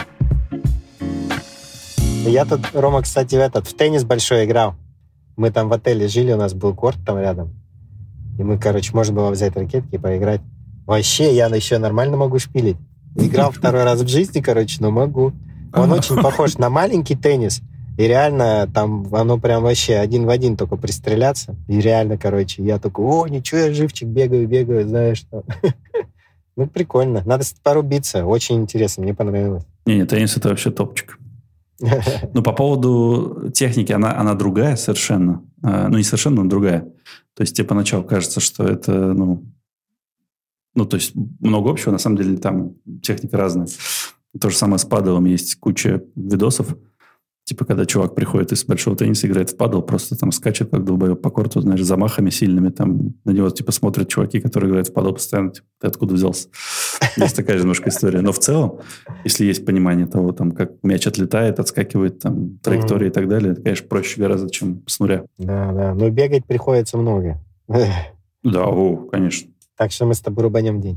Я тут, Рома, кстати, в теннис большой играл. Мы там в отеле жили, у нас был корт там рядом. И мы, можно было взять ракетки и поиграть. Вообще, я еще нормально могу шпилить. Играл второй раз в жизни, но могу. Он очень похож на маленький теннис. И реально, там оно прям вообще один в один только пристреляться. И реально, я такой, ничего, я живчик, бегаю, знаешь что. Прикольно. Надо порубиться. Очень интересно, мне понравилось. Не, теннис это вообще топчик. По поводу техники, она другая совершенно. Не совершенно, но другая. То есть тебе поначалу кажется, что это, то есть много общего. На самом деле там техника разная. То же самое с паделом. Есть куча видосов. Когда чувак приходит из большого тенниса, играет в падел, просто там скачет, как долбоеб по корту, знаешь, замахами сильными. Там на него, смотрят чуваки, которые играют в падел постоянно. Ты откуда взялся? Есть такая же немножко история. Но в целом, если есть понимание того, как мяч отлетает, отскакивает, там, траектория и так далее, это, конечно, проще гораздо, чем с нуля. Да. Но бегать приходится много. Да, конечно. Так что мы с тобой рубанем день.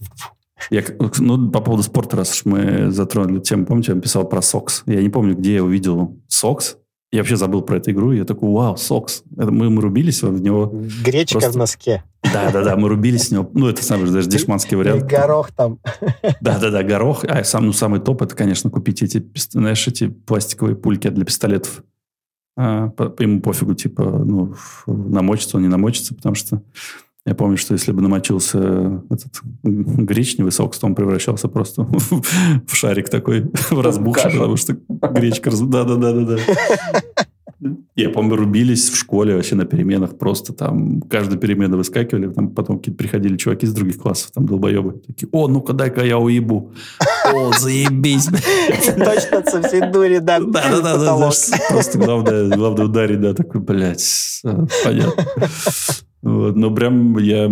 По поводу спорта, раз уж мы затронули тему, помните, я писал про Сокс. Я не помню, где я увидел Сокс. Я вообще забыл про эту игру. Я такой, вау, Сокс. Мы рубились в него. Гречка просто... в носке. Да, мы рубились с него. Ну, это самый даже дешманский вариант. Горох там. Да, горох. А самый топ, это, конечно, купить эти пластиковые пульки для пистолетов. Ему пофигу, намочится он, не намочится, потому что я помню, что если бы намочился этот гречневый сок, то он превращался просто в шарик такой, в разбухший, потому что гречка... Да. Я помню, рубились в школе вообще на переменах, просто там каждую перемену выскакивали, там потом какие-то приходили чуваки из других классов, там долбоебы, такие: о, ну-ка дай-ка я уебу. О, заебись. Точно со всей дури, да. Да, просто главное ударить, да, такой, блядь, понятно. Вот, но прям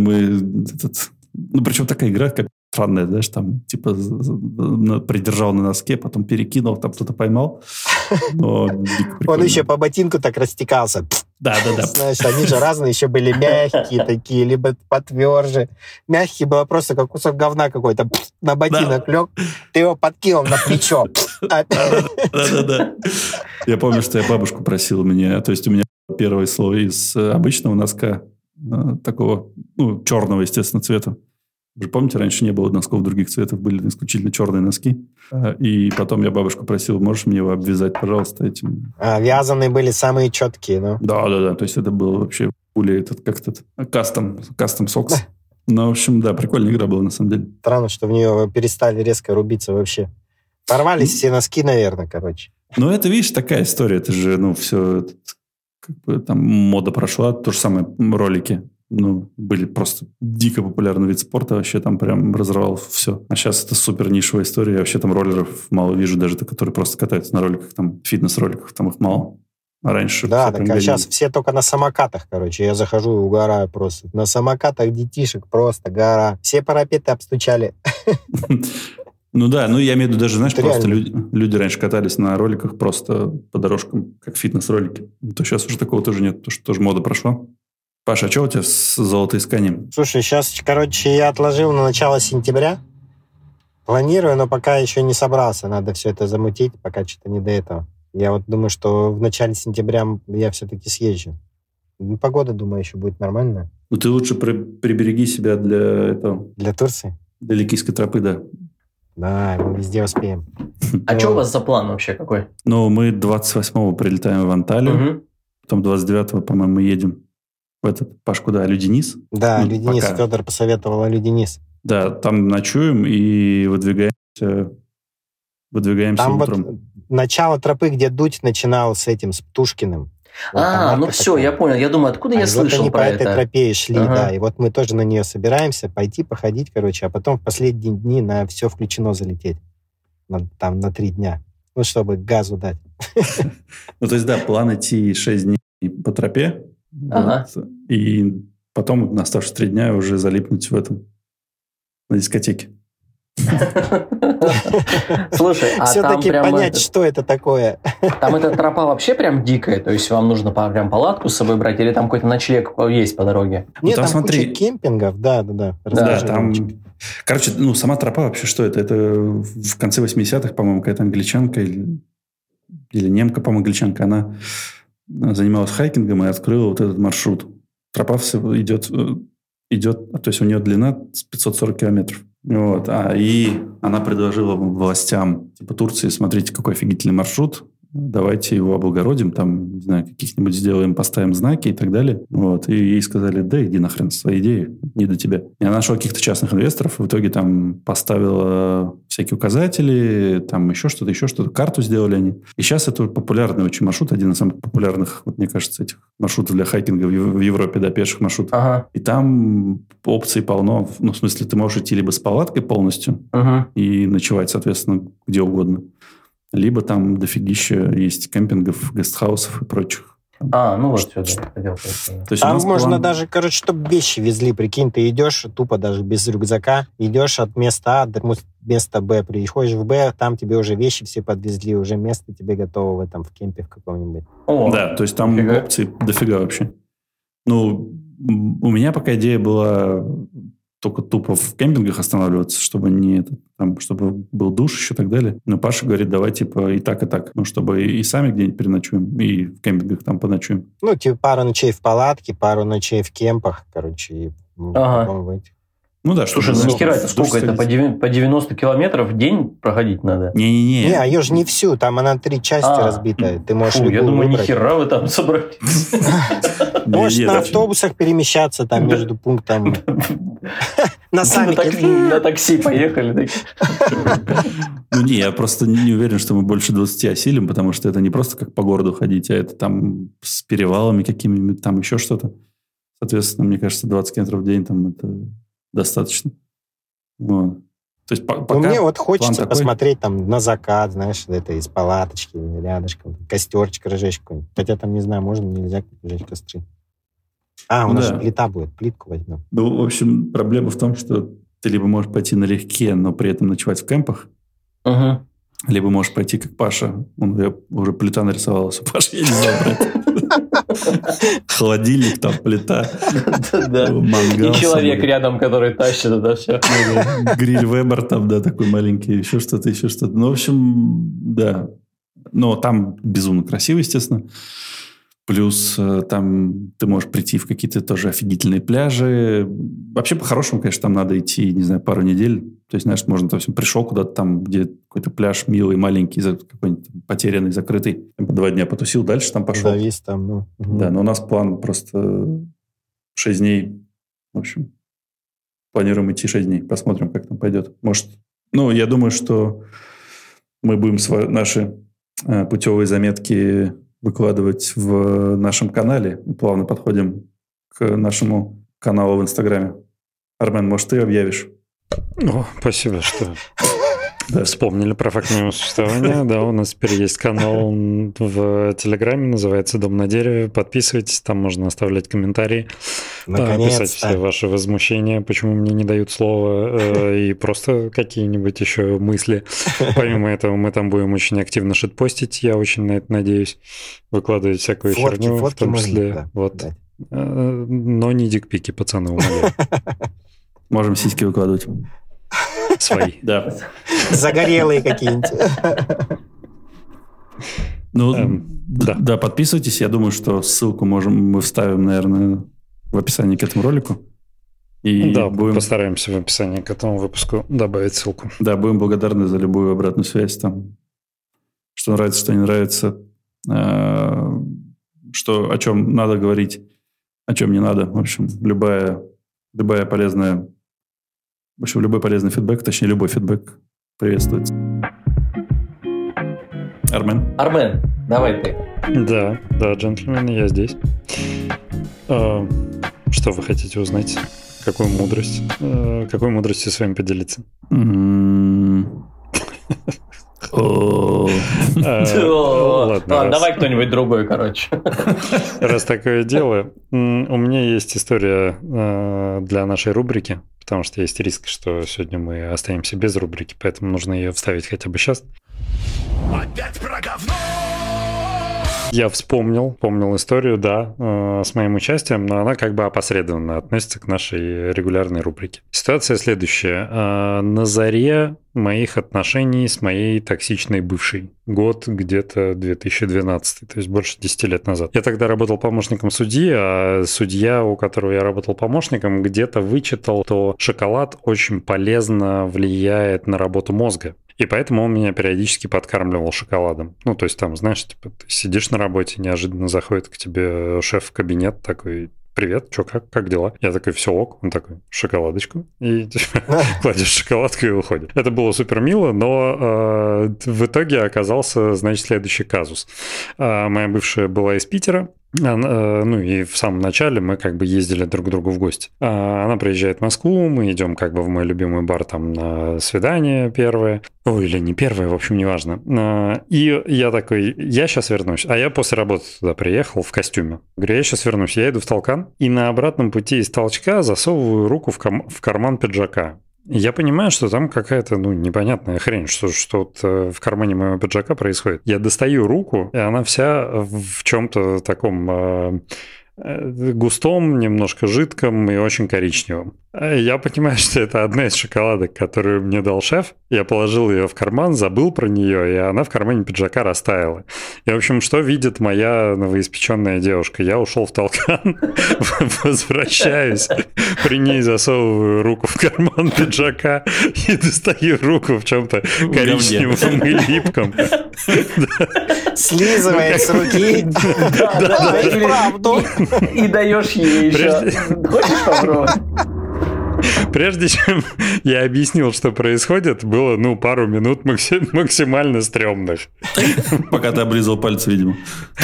причем такая игра, как странная, знаешь, там, придержал на носке, потом перекинул, там кто-то поймал. Он еще по ботинку так растекался. Да. Знаешь, они же разные еще были мягкие такие, либо потверже. Мягкий было просто как кусок говна какой-то. На ботинок лег, ты его подкинул на плечо. Да. Я помню, что я бабушку просил меня, то есть у меня первое слово из обычного носка, такого, черного, естественно, цвета. Вы же помните, раньше не было носков других цветов, были исключительно черные носки. И потом я бабушку просил: можешь мне его обвязать, пожалуйста, этим. Вязаные были самые четкие, ну. Да. То есть это был вообще кастом сокс. Ну, в общем, да, прикольная игра была на самом деле. Странно, что в нее перестали резко рубиться вообще. Порвались все носки, наверное, короче. Ну, это, видишь, такая история. Это же, все, там мода прошла. То же самое ролики. Были просто дико популярный вид спорта, вообще там прям разорвал все. А сейчас это супер нишевая история. Я вообще там роллеров мало вижу, даже те, которые просто катаются на роликах, там фитнес-роликах, там их мало. А раньше... Да, так сейчас все только на самокатах, короче. Я захожу и угораю просто. На самокатах детишек просто гора. Все парапеты обстучали. Ну да, я имею в виду даже, знаешь, просто люди раньше катались на роликах просто по дорожкам, как фитнес-ролики. То сейчас уже такого тоже нет, потому что тоже мода прошла. Паша, а что у тебя с золотоисканием? Слушай, сейчас, я отложил на начало сентября. Планирую, но пока еще не собрался. Надо все это замутить, пока что-то не до этого. Я вот думаю, что в начале сентября я все-таки съезжу. Погода, думаю, еще будет нормальная. Ты лучше прибереги себя для этого. Для Турции? Для Ликийской тропы, да. Да, мы везде успеем. А что у вас за план вообще какой? Мы 28-го прилетаем в Анталию. Потом 29-го, по-моему, мы едем в этот, куда? Алюдинис? Да, Алюдинис. Федор посоветовал Алюдинис. Да, там ночуем и выдвигаемся там утром. Вот начало тропы, где Дудь начинал с Птушкиным. Вот все, я понял. Я думаю, откуда я слышал они про по этой тропе и шли, да. И вот мы тоже на нее собираемся пойти, походить, а потом в последние дни на все включено залететь. Там на 3 дня. Чтобы газу дать. То есть, да, план идти 6 дней по тропе. И потом на оставшиеся 3 дня уже залипнуть на дискотеке. Слушай, а все-таки понять, что это такое. Там эта тропа вообще прям дикая? То есть вам нужно прям палатку с собой брать? Или там какой-то ночлег есть по дороге? Нет, там куча кемпингов, да. Да, там... Короче, сама тропа вообще что это? Это в конце 80-х, по-моему, какая-то англичанка или немка, по-моему, англичанка, она занималась хайкингом и открыла вот этот маршрут. Тропа идет, то есть у нее длина 540 километров. И она предложила властям Турции: смотрите, какой офигительный маршрут, давайте его облагородим, там, не знаю, каких-нибудь сделаем, поставим знаки и так далее. И ей сказали: да иди нахрен с своей идеей, не до тебя. И она нашла каких-то частных инвесторов, в итоге там поставила всякие указатели, там еще что-то, карту сделали они. И сейчас это популярный очень маршрут, один из самых популярных, мне кажется, этих маршрутов для хайкинга в Европе, да, пеших маршрутов. Ага. И там опций полно. В смысле, ты можешь идти либо с палаткой полностью и ночевать, соответственно, где угодно, либо там дофигища есть кемпингов, гестхаусов и прочих. Вот сюда. Там можно даже, чтобы вещи везли. Прикинь, ты идешь тупо даже без рюкзака, идешь от места А до места Б, приходишь в Б, там тебе уже вещи все подвезли, уже место тебе готово в кемпе в каком-нибудь. Да, то есть там опций дофига вообще. У меня пока идея была только тупо в кемпингах останавливаться, чтобы чтобы был душ еще и так далее. Но Паша говорит, давай типа и так. Ну, чтобы и сами где-нибудь переночуем, и в кемпингах там поночуем. Ну, типа пару ночей в палатке, пару ночей в кемпах, короче, и потом в этих. Ну да, слушай, ну нахера это сколько? Это по 90 километров в день проходить надо? Не-не-не. Не, а ее же не всю, там она 3 части разбитая. Ты можешь я думаю, выбрать. нихера вы там собрались. Можешь на автобусах перемещаться там между пунктами. На саммите. На такси поехали. Ну не, я просто не уверен, что мы больше 20 осилим, потому что это не просто как по городу ходить, а это там с перевалами какими-нибудь, там еще что-то. Соответственно, мне кажется, 20 километров в день там это достаточно. Вот. То есть пока мне вот хочется такой... посмотреть там на закат, знаешь, это из палаточки рядышком, костерчик разжечь какой-нибудь. Хотя там, не знаю, можно, нельзя разжечь костры. У нас же плита будет, плитку возьмем. Ну, в общем, проблема в том, что ты либо можешь пойти налегке, но при этом ночевать в кемпах, либо можешь пойти как Паша. Уже плита нарисовалась. У Паши, я не знаю, брать. Холодильник, там плита, мангал. И человек рядом, который тащит это все. Гриль Вебер там, да, такой маленький, еще что-то. Ну, в общем, да. Но там безумно красиво, естественно. Плюс там ты можешь прийти в какие-то тоже офигительные пляжи. Вообще, по-хорошему, конечно, там надо идти, не знаю, пару недель. То есть, знаешь, можно, допустим, пришел куда-то там, где какой-то пляж милый, маленький, какой-нибудь потерянный, закрытый. 2 дня потусил, дальше там пошел. Завис там, ну. Да, но у нас план просто 6 дней. В общем, планируем идти 6 дней. Посмотрим, как там пойдет. Может, я думаю, что мы будем наши путевые заметки выкладывать в нашем канале. Мы плавно подходим к нашему каналу в Инстаграме. Армен, может, ты объявишь? Спасибо, что вспомнили про факт моего существования. Да, у нас теперь есть канал в Телеграме, называется «Дом на дереве». Подписывайтесь, там можно оставлять комментарии, писать все ваши возмущения, почему мне не дают слова, и просто какие-нибудь еще мысли. Помимо этого, мы там будем очень активно шитпостить, я очень на это надеюсь, выкладывать всякую херню, в том числе. Но не дикпики, пацаны, умоляю. Можем сиськи выкладывать. Свои. Да. Загорелые какие-нибудь. Да, подписывайтесь. Я думаю, что ссылку мы вставим, наверное, в описании к этому ролику. Постараемся в описании к этому выпуску добавить ссылку. Да, будем благодарны за любую обратную связь. Там, что нравится, что не нравится. О чем надо говорить, о чем не надо. В общем, любая полезная... В общем, любой полезный фидбэк, точнее, любой фидбэк приветствуется. Армен, давай ты. Да, джентльмены, я здесь. Что вы хотите узнать? Какую мудростью с вами поделиться? Ладно, давай кто-нибудь другой, короче. Раз такое дело, у меня есть история для нашей рубрики, потому что есть риск, что сегодня мы останемся без рубрики, поэтому нужно ее вставить хотя бы сейчас. Опять про говно! Я вспомнил историю, да, с моим участием, но она как бы опосредованно относится к нашей регулярной рубрике. Ситуация следующая. На заре моих отношений с моей токсичной бывшей. Год где-то 2012, то есть больше 10 лет назад. Я тогда работал помощником судьи, а судья, у которого я работал помощником, где-то вычитал, что шоколад очень полезно влияет на работу мозга. И поэтому он меня периодически подкармливал шоколадом. Ну, то есть там, знаешь, типа, ты сидишь на работе, неожиданно заходит к тебе шеф в кабинет такой: привет, что, как дела? Я такой: все ок. Он такой: шоколадочку. И кладешь шоколадку и уходит. Это было супер мило, но в итоге оказался, значит, следующий казус. Моя бывшая была из Питера. И в самом начале мы как бы ездили друг к другу в гости. Она приезжает в Москву, мы идем как бы в мой любимый бар там на свидание первое. Или не первое, в общем, неважно. И я такой: я сейчас вернусь. А я после работы туда приехал в костюме. Говорю: я сейчас вернусь. Я иду в Толкан, и на обратном пути из Толчка засовываю руку в карман пиджака. Я понимаю, что там какая-то, непонятная хрень, что вот в кармане моего пиджака происходит. Я достаю руку, и она вся в чем-то таком густом, немножко жидком и очень коричневым. Я понимаю, что это одна из шоколадок, которую мне дал шеф. Я положил ее в карман, забыл про нее, и она в кармане пиджака растаяла. И, в общем, что видит моя новоиспеченная девушка? Я ушел в толкан, возвращаюсь, при ней засовываю руку в карман пиджака и достаю руку в чем-то коричневом и липком. Слизывает с руки. Да, и правду. И даешь ей еще. Хочешь попробовать? Прежде чем я объяснил, что происходит, было, пару минут максимально стрёмных. Пока ты облизал пальцы, видимо.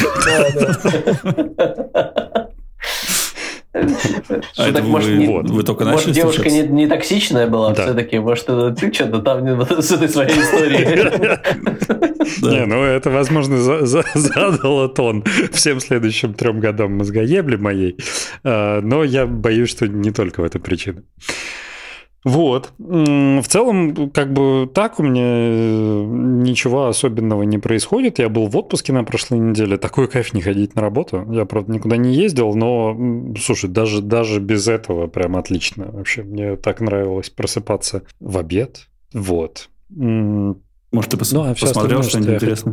Вы только начали Может, девушка не токсичная была все-таки? Может, ты что-то там с этой своей историей? Не, это, возможно, задало тон всем следующим 3 годам мозгоебли моей. Но я боюсь, что не только в этом причина. Вот. В целом, так у меня ничего особенного не происходит. Я был в отпуске на прошлой неделе. Такой кайф не ходить на работу. Я, правда, никуда не ездил, но, слушай, даже без этого прям отлично. Вообще, мне так нравилось просыпаться в обед. Вот. Может, ты посмотрел что-нибудь интересное?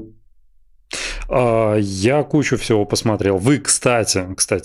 Я кучу всего посмотрел. Вы, кстати,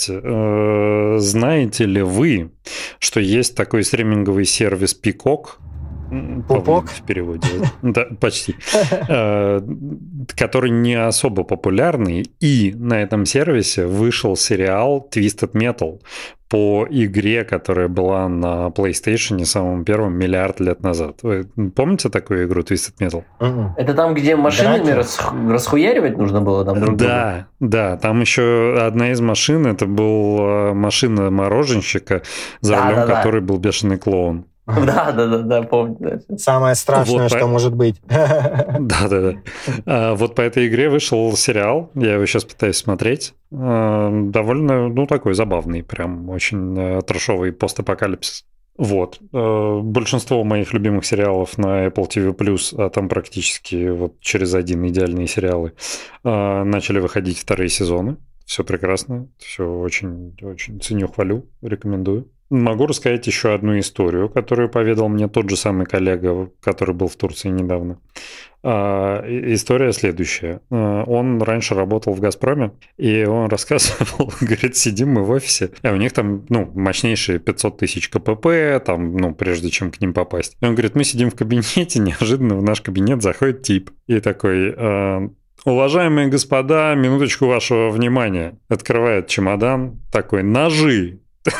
знаете ли вы, что есть такой стриминговый сервис Peacock? Пупок? В переводе. Да, почти. Который не особо популярный. И на этом сервисе вышел сериал Twisted Metal по игре, которая была на PlayStation самым первым миллиард лет назад. Вы помните такую игру Twisted Metal? Это там, где машинами расхуяривать нужно было там друг друга? Да. Там еще одна из машин, это была машина мороженщика, за рулем которой был бешеный клоун. Да, помню. Самое страшное, что может быть. Да. Вот по этой игре вышел сериал, я его сейчас пытаюсь смотреть. Довольно, такой забавный, прям очень трэшовый постапокалипсис. Вот. Большинство моих любимых сериалов на Apple TV+, а там практически вот через один идеальные сериалы, начали выходить 2 сезоны. Все прекрасно, все очень ценю, хвалю, рекомендую. Могу рассказать еще одну историю, которую поведал мне тот же самый коллега, который был в Турции недавно. История следующая. Он раньше работал в «Газпроме», и он рассказывал, говорит, сидим мы в офисе, а у них там, мощнейшие 500 тысяч КПП, там, прежде чем к ним попасть. И он говорит, мы сидим в кабинете, неожиданно в наш кабинет заходит тип и такой... Уважаемые господа, минуточку вашего внимания. Открывает чемодан, такой, ножи.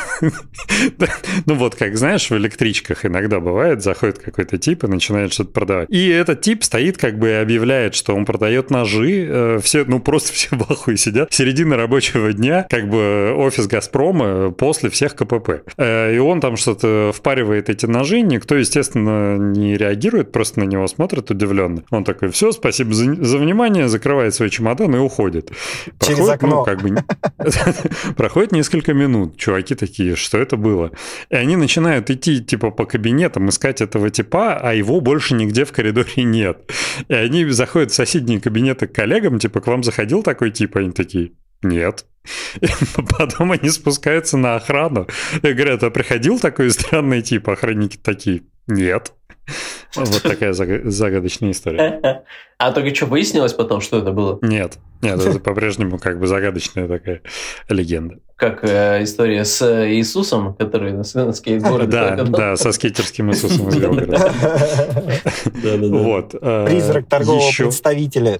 Вот как, знаешь, в электричках иногда бывает, заходит какой-то тип и начинает что-то продавать. И этот тип стоит и объявляет, что он продает ножи. Все, просто все в ахуе сидят. Середина рабочего дня, офис «Газпрома» после всех КПП. И он там что-то впаривает эти ножи. Никто, естественно, не реагирует, просто на него смотрит удивленно. Он такой, все, спасибо за внимание, закрывает свой чемодан и уходит. Через окно. Проходит несколько минут. Чуваки такие, что это было? И они начинают идти по кабинетам, искать этого типа, а его больше нигде в коридоре нет. И они заходят в соседние кабинеты к коллегам, к вам заходил такой тип? Они такие, нет. И потом они спускаются на охрану и говорят, а приходил такой странный тип? Охранники такие, нет. Вот такая загадочная история. А только что выяснилось потом, что это было? Нет, это по-прежнему загадочная такая легенда. Как история с Иисусом, который на скейтборде. Да, со скейтерским Иисусом из Белгорода. Вот. Призрак торгового представителя.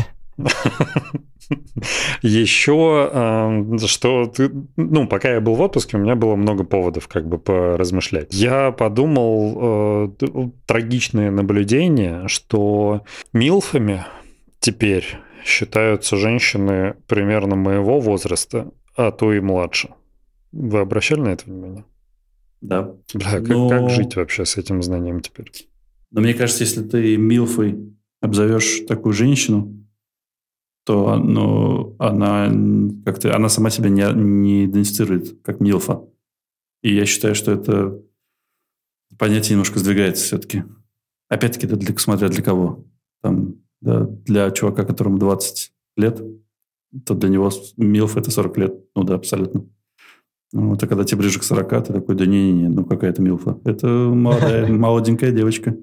Еще, что пока я был в отпуске, у меня было много поводов поразмышлять. Я подумал, трагичное наблюдение, что милфами теперь считаются женщины примерно моего возраста, а то и младше. Вы обращали на это внимание? Да. Как жить вообще с этим знанием теперь? Но мне кажется, если ты милфой обзовешь такую женщину, то она сама себя не идентифицирует как милфа. И я считаю, что это понятие немножко сдвигается все-таки. Опять-таки, это смотря для кого. Для чувака, которому 20 лет, то для него милф – это 40 лет. Ну да, абсолютно. Вот, а когда тебе ближе к 40, ты такой, да не-не-не, ну какая-то милфа. Это молоденькая девочка.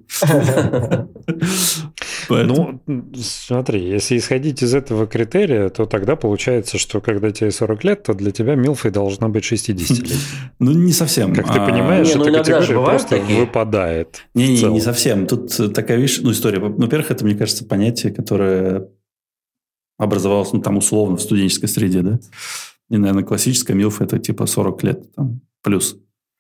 Ну, смотри, если исходить из этого критерия, то тогда получается, что когда тебе 40 лет, то для тебя милфой должна быть 60 лет. Ну, не совсем. Как ты понимаешь, Не, ну, эта иногда же категория бывают просто такие. выпадает. в Не-не, целом. не совсем. Тут такая вещь, ну, история. Ну, во-первых, это, мне кажется, понятие, которое образовалось, ну, там, условно, в студенческой среде, да? И, наверное, классическая милфа – это типа 40 лет там, плюс.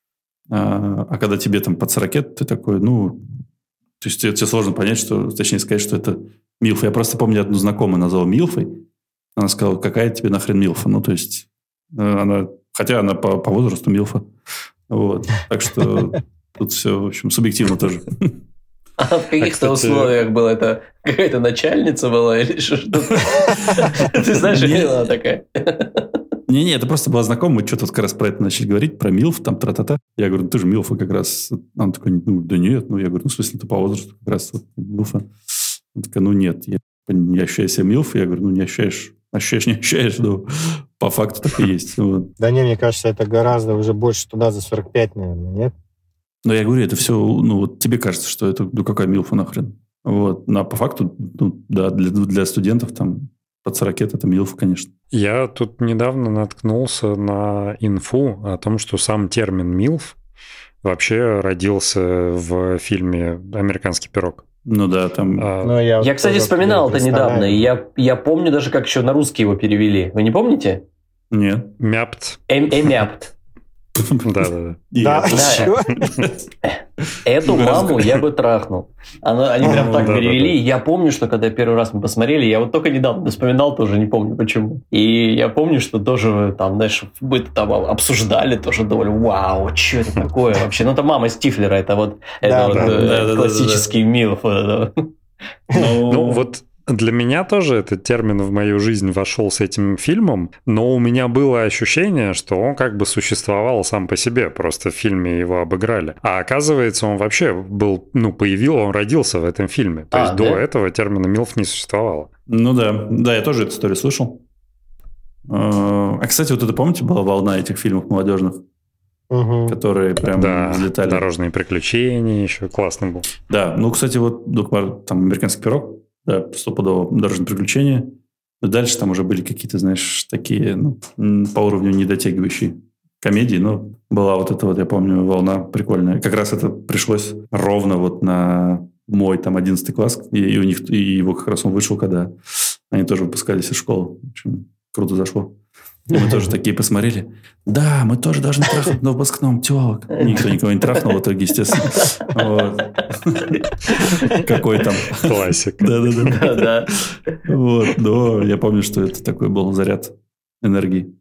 А когда тебе там под 40 лет, ты такой, ну... То есть тебе сложно понять, что, точнее сказать, что это милфа. Я просто помню, одну знакомую назвал милфой. Она сказала, какая тебе нахрен милфа? Ну, то есть, она, хотя она по возрасту милфа. Вот. Так что тут все, в общем, субъективно тоже. А в каких-то условиях была это какая-то начальница была или что-то? Ты знаешь, какая она такая? Не-не, это просто была знакомая, мы что-то как раз про это начали говорить, про милф, там, тра-та-та. Я говорю, ну, ты же милфа как раз. Она такая, ну, да нет. Ну, я говорю, ну, в смысле, ты по возрасту как раз вот, милфа. Она такая, ну, нет, я не ощущаю себя милфой. Я говорю, ну, не ощущаешь, не ощущаешь, но по факту так и есть. Вот. Да не, мне кажется, это гораздо уже больше туда за 45, наверное, нет? Но я говорю, это все, ну, вот тебе кажется, что это, ну, какая милфа нахрен. Вот. Но по факту, ну, да, для студентов там под 40 это милфа, конечно. Я тут недавно наткнулся на инфу о том, что сам термин «милф» вообще родился в фильме «Американский пирог». Ну да, там... Я, кстати, вспоминал это недавно, и я помню даже, как еще на русский его перевели. Вы не помните? Нет. Мяпт. Эмяпт. Да-да-да. Да, чё? Эту маму я бы трахнул. Они прям так да, перевели. Я помню, что когда первый раз мы посмотрели, я вот только недавно вспоминал, тоже не помню почему. И я помню, что тоже там, знаешь, мы там обсуждали, тоже думали, вау, что это такое вообще? Ну, это мама Стифлера, это вот классический милф. Ну, вот для меня тоже этот термин в мою жизнь вошел с этим фильмом, но у меня было ощущение, что он как бы существовал сам по себе, просто в фильме его обыграли. А оказывается, он вообще был, ну, он родился в этом фильме. То есть до этого термина «милф» не существовало. Ну да, я тоже эту историю слышал. А, кстати, вот это, помните, была волна этих фильмов молодежных, которые прям взлетали? «Дорожные приключения» еще классно был. Да, ну, кстати, вот там «Американский пирог», да, стопудово «Дорожные приключения». Но дальше там уже были какие-то, знаешь, такие, ну, по уровню недотягивающие комедии. Но была вот эта вот, я помню, волна прикольная. Как раз это пришлось ровно вот на мой там 11 класс. И у них, и его как раз он вышел, когда они тоже выпускались из школы. В общем, круто зашло. И мы тоже такие посмотрели. Да, мы тоже должны трахнуть на выпускном телок. Никто никого не трахнул в итоге, естественно. Вот. Какой там... Классик. Да. Вот. Но я помню, что это такой был заряд энергии.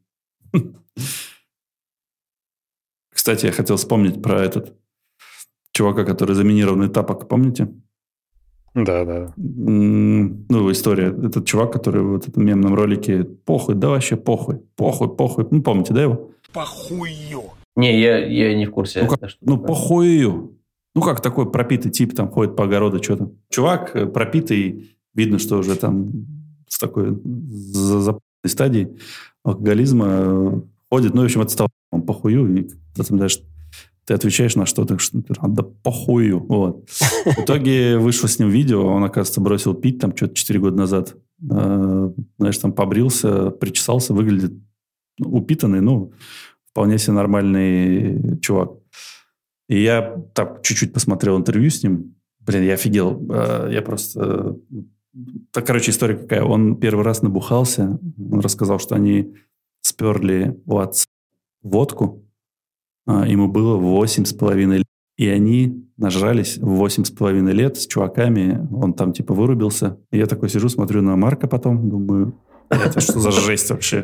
Кстати, я хотел вспомнить про этот чувака, который заминированный тапок. Помните? Да. Ну, история. Этот чувак, который в этом мемном ролике похуй, да вообще похуй. Ну, помните, да, его? Похую. Не, я не в курсе. Похую. Ну, как такой пропитый тип там ходит по огороду, что-то. Чувак пропитый, видно, что уже там с такой западной стадии алкоголизма ходит. Ну, в общем, отстал он похую. И там даже ты отвечаешь на что-то, что да похую. Вот. В итоге вышло с ним видео, он, оказывается, бросил пить там что-то 4 года назад. Знаешь, там побрился, причесался, выглядит упитанный, ну, вполне себе нормальный чувак. И я так чуть-чуть посмотрел интервью с ним. Блин, я офигел. Я просто... Так, короче, история какая. Он первый раз набухался. Он рассказал, что они сперли у отца водку. Ему было 8,5 лет. И они нажрались в 8,5 лет с чуваками. Он там типа вырубился. И я такой сижу, смотрю на Марка потом, думаю, это что за жесть вообще?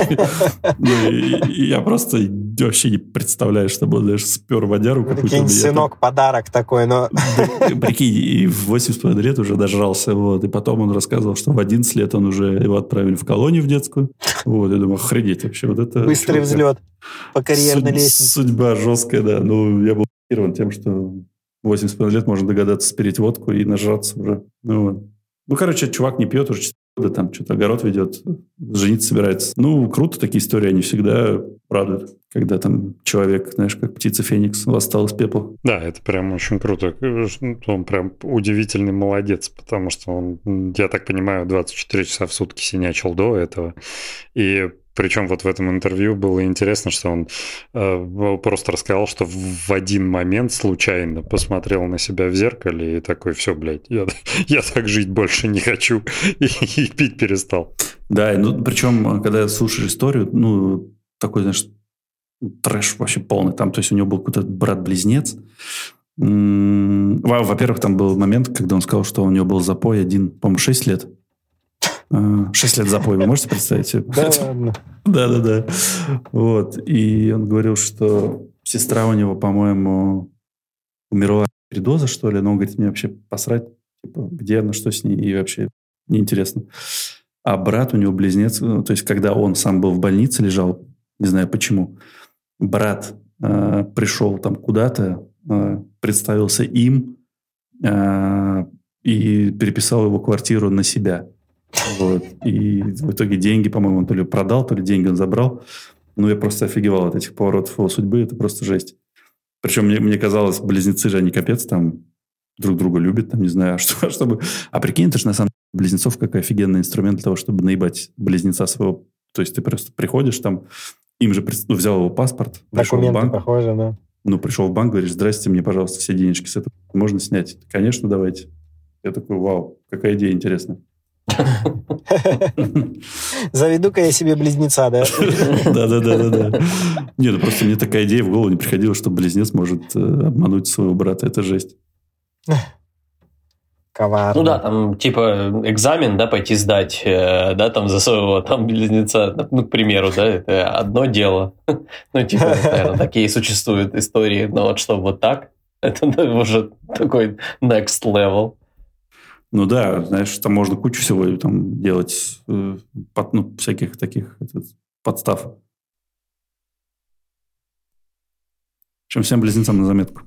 Я просто вообще не представляю, что бы, знаешь, спер водяру какую-то. Прикинь, сынок, подарок такой, но... Прикинь, и в 8,5 лет уже дожрался. Вот. И потом он рассказывал, что в 11 лет он уже его отправили в колонию в детскую. Вот, я думаю, охренеть вообще. Вот это быстрый взлет по карьерной лестнице. Судьба жесткая, да. Ну, я был шокирован тем, что в 8,5 лет можно догадаться спереть водку и нажраться уже. Ну, короче, чувак не пьет уже там что-то огород ведет, жениться собирается. Ну, круто, такие истории, они всегда радуют, когда там человек, знаешь, как птица Феникс, восстал из пепла. Да, это прям очень круто. Он прям удивительный молодец, потому что он, я так понимаю, 24 часа в сутки синячил до этого. И причем вот в этом интервью было интересно, что он просто рассказал, что в один момент случайно посмотрел на себя в зеркале и такой: все, блядь, я так жить больше не хочу, и пить перестал. Да, ну причем, когда слушаешь историю, ну, такой, знаешь, трэш вообще полный. Там, то есть у него был какой-то брат-близнец. Во-первых, там был момент, когда он сказал, что у него был запой один, по-моему, 6 лет. 6 лет запоя, вы можете представить себе? Да ладно. Да. Вот. И он говорил, что сестра у него, по-моему, умерла от передоза, что ли. Но он говорит, мне вообще посрать, типа, где она, что с ней, и вообще неинтересно. А брат у него близнец, то есть когда он сам был в больнице, лежал, не знаю почему, брат пришел там куда-то, представился им и переписал его квартиру на себя. Вот. И в итоге деньги, по-моему, он то ли продал, то ли деньги он забрал. Ну, я просто офигевал от этих поворотов его судьбы. Это просто жесть. Причем мне казалось, близнецы же, они капец там друг друга любят, там, не знаю, чтобы... А прикинь, это же на самом деле близнецов какой офигенный инструмент для того, чтобы наебать близнеца своего. То есть ты просто приходишь там, им же взял его паспорт, пришел в банк. Похоже, да. Ну, пришел в банк, говоришь: здрасте, мне, пожалуйста, все денежки с этого можно снять? Конечно, давайте. Я такой: вау, какая идея интересная. Заведу-ка я себе близнеца, да? Да. Нет, просто мне такая идея в голову не приходила, что близнец может обмануть своего брата. Это жесть. Коварно. Ну да, там типа экзамен, да, пойти сдать, да, там за своего там близнеца, ну, к примеру, да, это одно дело. Ну, типа, наверное, такие существуют истории, но вот чтобы вот так, это уже такой next level. Ну да, знаешь, там можно кучу всего там делать, всяких таких подстав. В общем, всем близнецам на заметку.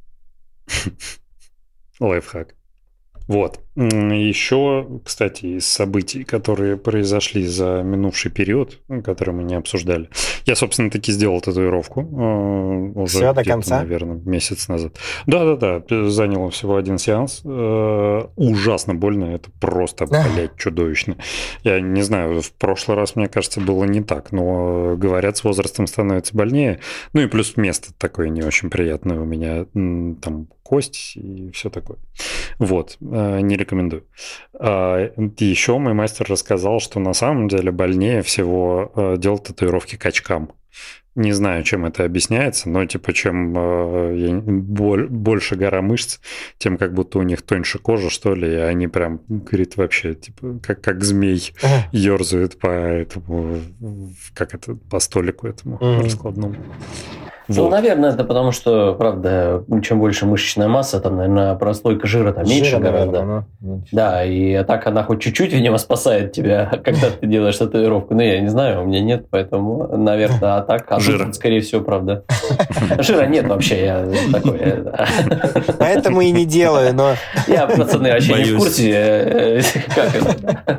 Лайфхак. Вот. Еще, кстати, из событий, которые произошли за минувший период, который мы не обсуждали. Я, собственно, таки сделал татуировку. Уже все до конца? Наверное, месяц назад. Да. Заняло всего один сеанс. Ужасно больно. Это просто, блядь, чудовищно. Я не знаю, в прошлый раз, мне кажется, было не так. Но, говорят, с возрастом становится больнее. Ну и плюс место такое не очень приятное у меня. Там кость и все такое. Вот. Не рекомендую. Еще мой мастер рассказал, что на самом деле больнее всего делать татуировки к очкам. Не знаю, чем это объясняется, но типа чем больше гора мышц, тем как будто у них тоньше кожа, что ли, и они прям, говорит, вообще типа как змей ерзают по этому, по столику этому раскладному. Ну, наверное, это потому, что, правда, чем больше мышечная масса, там, наверное, прослойка жира там меньше гораздо. Да, и так она хоть чуть-чуть, видимо, спасает тебя, когда ты делаешь татуировку. Ну, я не знаю, у меня нет, поэтому, наверное, так. А жира, скорее всего, правда. Жира нет вообще, я такой... Поэтому и не делаю, но... Я, пацаны, вообще не в курсе, как это.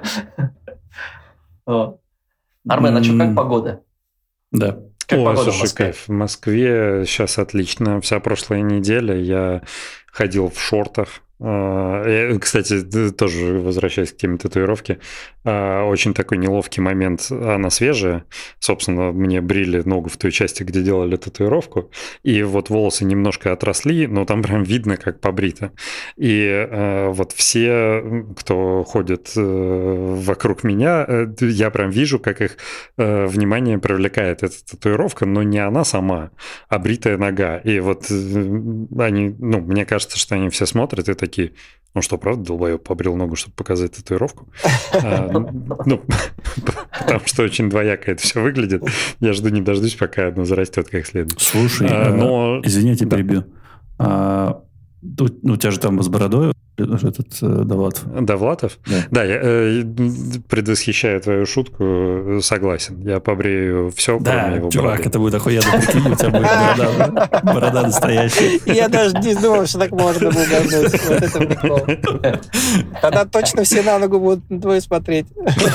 Армен, а что, как погода? Да. Слушай, кайф. В Москве сейчас отлично. Вся прошлая неделя я ходил в шортах. Кстати, тоже возвращаясь к теме татуировки, очень такой неловкий момент. Она свежая. Собственно, мне брили ногу в той части, где делали татуировку. И вот волосы немножко отросли, но там прям видно, как побрито. И вот все, кто ходит вокруг меня, я прям вижу, как их внимание привлекает эта татуировка, но не она сама, а бритая нога. И вот они, мне кажется, что они все смотрят и такие: ну что, правда, долбоёб побрил ногу, чтобы показать татуировку? Потому что очень двояко это все выглядит. Я жду не дождусь, пока оно зарастет как следует. Слушай, извините, перебью. У тебя же там с бородой Этот Довлатов. Довлатов? Да, я предвосхищая твою шутку, согласен. Я побрею все, кроме его чувак, бороды. это будет охуенно, прикинь, у тебя будет борода настоящая. Я даже не думал, что так можно бугануть. Вот это прикол. Тогда точно все на ногу будут на твою смотреть.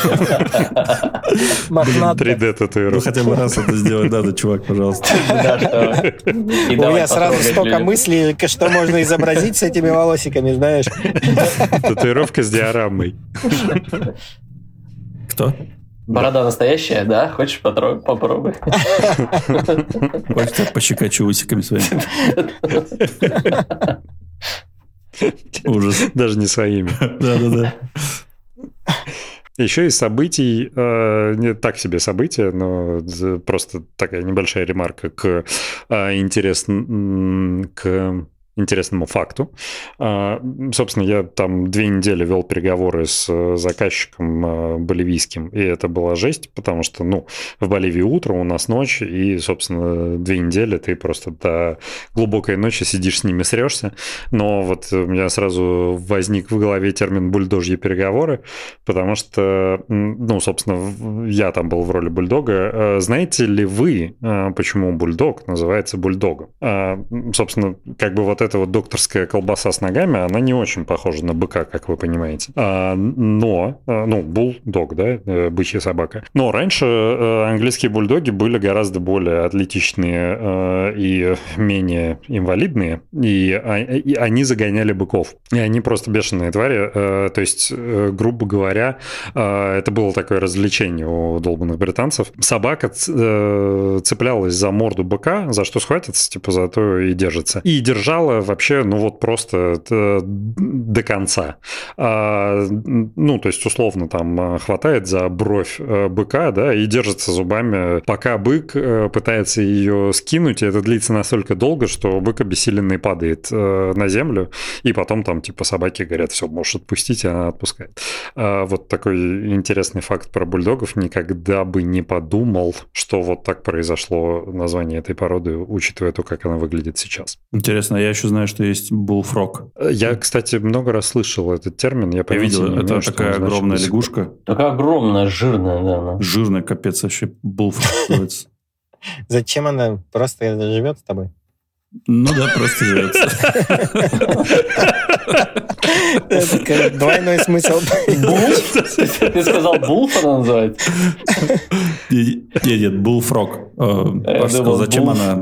3D-татуировка. Ну, хотя бы раз это сделать надо, чувак, пожалуйста. У меня сразу столько мыслей, что можно изобразить с этими волосиками, знаешь. Татуировка с диорамой. Кто? Борода настоящая, да? Хочешь попробуй? Хочешь, я пощекочу усиками своими? Ужас. Даже не своими. Да. Еще из событий, не так себе события, но просто такая небольшая ремарка к интересному факту. Собственно, я там 2 недели вел переговоры с заказчиком боливийским, и это была жесть, потому что, в Боливии утро, у нас ночь, и, собственно, 2 недели ты просто до глубокой ночи сидишь с ними, срешься. Но вот у меня сразу возник в голове термин «бульдожьи переговоры», потому что, собственно, я там был в роли бульдога. Знаете ли вы, почему бульдог называется бульдогом? Собственно, как бы вот эта вот докторская колбаса с ногами, она не очень похожа на быка, как вы понимаете. Но, бульдог, да, бычья собака. Но раньше английские бульдоги были гораздо более атлетичные и менее инвалидные, и они загоняли быков. И они просто бешеные твари. То есть, грубо говоря, это было такое развлечение у долбанных британцев. Собака цеплялась за морду быка, за что схватится, типа, за то и держится. И держала вообще, просто до конца. То есть, условно, там хватает за бровь быка, да, и держится зубами, пока бык пытается ее скинуть, и это длится настолько долго, что бык обессиленный падает на землю, и потом там, типа, собаки говорят, все, можешь отпустить, и она отпускает. Вот такой интересный факт про бульдогов. Никогда бы не подумал, что вот так произошло название этой породы, учитывая то, как она выглядит сейчас. Интересно, я еще знаю, что есть bullfrog. Я, кстати, много раз слышал этот термин. Я видел, это такая огромная лягушка. Такая огромная, жирная, да. Жирная, капец, вообще bullfrog. Зачем она просто живет с тобой? Ну да, просто живет. Это двойной смысл. Ты сказал, булф она называется? Нет, bullfrog. Паша сказал, зачем она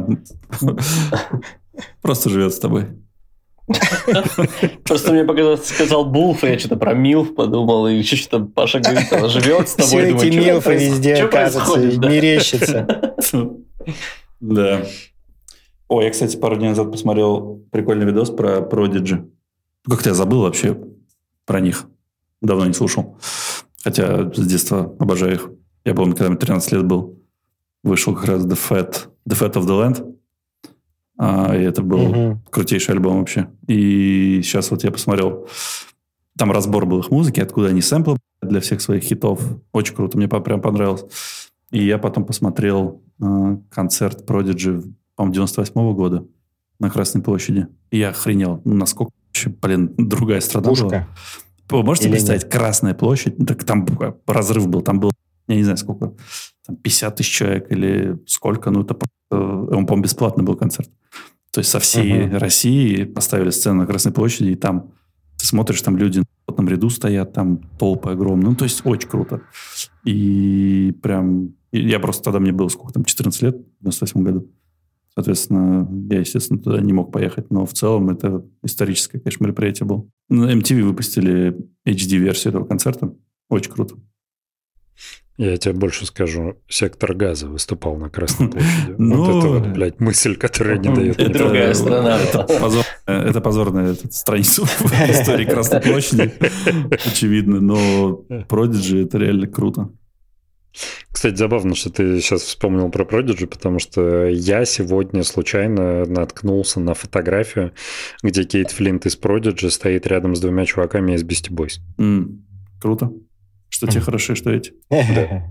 просто живет с тобой. Просто мне показалось, ты сказал булф, и я что-то про милф подумал, и еще что-то Паша говорит, она живет с тобой. Все эти милфы везде, кажется, мерещатся. Да. Ой, я, кстати, пару дней назад посмотрел прикольный видос про Prodigy. Как-то я забыл вообще про них. Давно не слушал. Хотя с детства обожаю их. Я помню, когда мне 13 лет был, вышел как раз The Fat of the Land. И это был крутейший альбом вообще. И сейчас вот я посмотрел, там разбор был их музыки, откуда они сэмплы для всех своих хитов. Очень круто, мне прям понравилось. И я потом посмотрел концерт Prodigy, по-моему, 98-го года на Красной площади. И я охренел, насколько вообще, другая страна была. Вы можете представить, Красная площадь? Так там разрыв был, там было, я не знаю сколько, там 50 тысяч человек или сколько, это, он, по-моему, бесплатный был концерт. То есть со всей России поставили сцену на Красной площади, и там ты смотришь, там люди на плотном ряду стоят, там толпы огромные. То есть очень круто. И прям... Я просто тогда, мне было сколько там, 14 лет, в 98 году. Соответственно, я, естественно, туда не мог поехать. Но в целом это историческое, конечно, мероприятие было. На MTV выпустили HD-версию этого концерта. Очень круто. Я тебе больше скажу, Сектор Газа выступал на Красной площади. Вот это вот, блядь, мысль, которая не дает... Это другая страна. Это позорная страница в истории Красной площади, очевидно. Но Prodigy — это реально круто. Кстати, забавно, что ты сейчас вспомнил про Prodigy, потому что я сегодня случайно наткнулся на фотографию, где Кейт Флинт из Prodigy стоит рядом с 2 чуваками из Beastie Boys. Круто. Что те хороши, что эти. Да.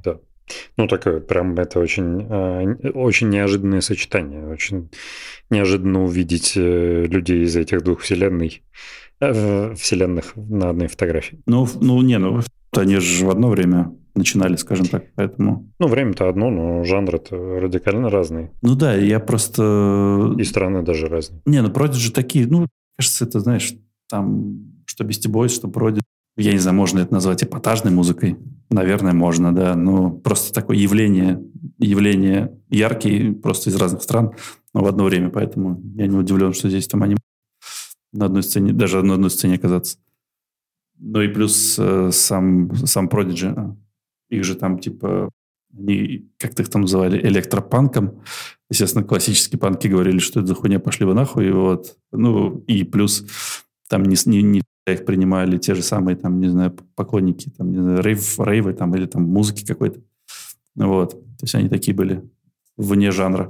Ну, такое, прям это очень неожиданное сочетание. Очень неожиданно увидеть людей из этих двух вселенных на одной фотографии. Они же в одно время начинали, скажем так, поэтому... Ну, время-то одно, но жанры-то радикально разные. Ну да, я просто... И страны даже разные. Prodigy такие, кажется, это, знаешь, там, что Beastie Boys, что Prodigy, я не знаю, можно это назвать эпатажной музыкой. Наверное, можно, да. Но просто такое явление яркие, просто из разных стран, но в одно время. Поэтому я не удивлен, что здесь там они на одной сцене, даже на одной сцене оказаться. Ну и плюс сам Prodigy. Их же там типа, они, как-то их там называли, электропанком. Естественно, классические панки говорили, что это за хуйня, пошли вы нахуй. Вот. Ну и плюс там не их принимали те же самые, там, не знаю, поклонники, там, не знаю, рейвы там, или там музыки какой-то. Вот. То есть они такие были вне жанра.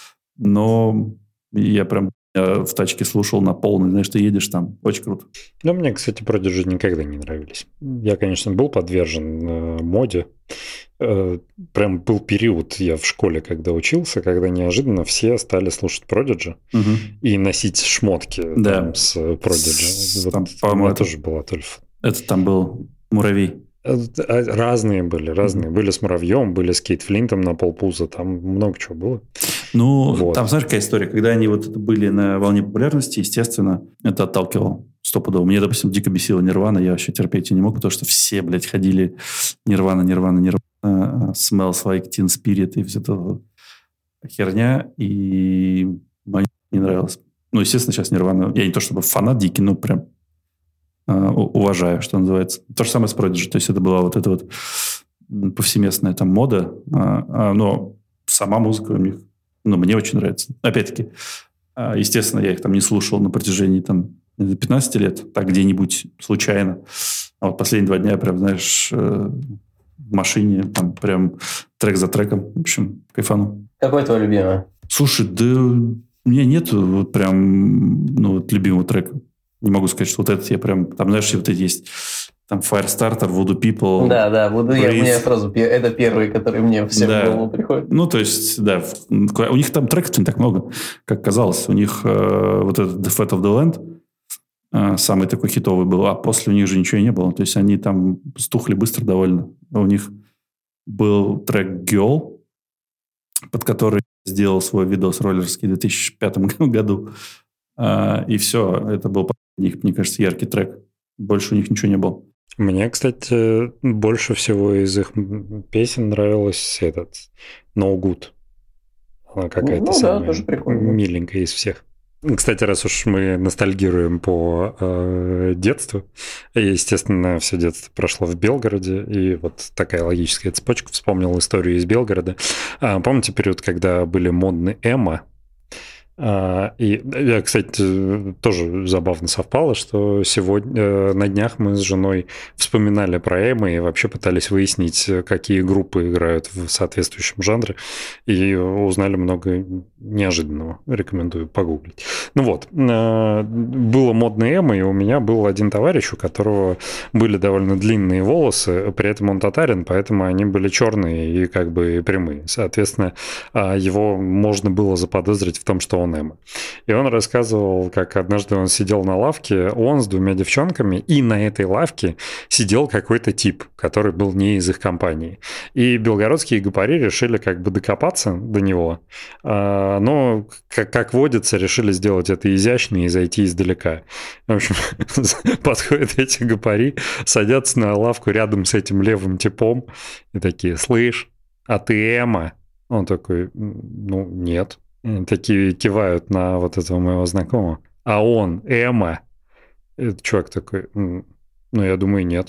Но я прям в тачке слушал на полный, знаешь, ты едешь там, очень круто. Ну, мне, кстати, Prodigy никогда не нравились. Я, конечно, был подвержен моде. Прям был период, я в школе, когда учился, когда неожиданно все стали слушать Prodigy и носить шмотки там, с Prodigy. Там, вот, у меня тоже была только... Это там был муравей. Разные были. Были с муравьем, были с Кейт Флинтом на полпуза, там много чего было. Ну, там, знаешь, какая история? Когда они вот были на волне популярности, естественно, это отталкивало стопудово. Мне, допустим, дико бесила Нирвана, я вообще терпеть ее не мог, потому что все, блядь, ходили Нирвана, Smells Like Teen Spirit и все это херня, и мне не нравилось. Ну, естественно, сейчас Нирвана, я не то чтобы фанат дикий, но прям уважаю, что называется. То же самое с Prodigy. То есть это была вот эта вот повсеместная там мода, но сама музыка у них, мне очень нравится. Опять-таки, естественно, я их там не слушал на протяжении там 15 лет, так где-нибудь случайно. А вот последние 2 дня прям, знаешь, в машине там прям трек за треком. В общем, кайфанул. Какой твой любимый? Слушай, да у меня нету вот прям любимого трека. Не могу сказать, что вот этот я прям... Там, знаешь, вот эти есть... Там Firestarter, Voodoo People. Да, Voodoo, мне сразу... Это первый, который мне всем в голову приходит. Ну, то есть, да. У них там треков не так много, как казалось. У них вот этот The Fate of the Land самый такой хитовый был, а после у них же ничего и не было. То есть, они там стухли быстро довольно. У них был трек Girl, под который сделал свой видос роллерский в 2005 году. И все. Это был последний, мне кажется, яркий трек. Больше у них ничего не было. Мне, кстати, больше всего из их песен нравилась этот No Good. Она какая-то самая миленькая из всех. Кстати, раз уж мы ностальгируем по детству, естественно, все детство прошло в Белгороде, и вот такая логическая цепочка. Вспомнил историю из Белгорода. Помните период, когда были модны эмо? И я, кстати, тоже забавно совпало, что сегодня на днях мы с женой вспоминали про эмо и вообще пытались выяснить, какие группы играют в соответствующем жанре, и узнали много неожиданного. Рекомендую погуглить. Ну вот, было модное эмо, и у меня был один товарищ, у которого были довольно длинные волосы, при этом он татарин, поэтому они были черные и как бы прямые. Соответственно, его можно было заподозрить в том, что он эмо. И он рассказывал, как однажды он сидел на лавке, он с 2 девчонками, и на этой лавке сидел какой-то тип, который был не из их компании. И белгородские гопари решили как бы докопаться до него, но, как водится, решили сделать это изящно и зайти издалека. В общем, подходят эти гопари, садятся на лавку рядом с этим левым типом и такие: «Слышь, а ты эмо?» Он такой: «Нет». Такие кивают на вот этого моего знакомого. А он эмо? Этот чувак такой: я думаю, нет.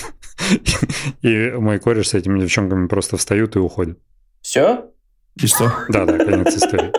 И мой кореш с этими девчонками просто встают и уходят. Все? И что? Да, конец истории.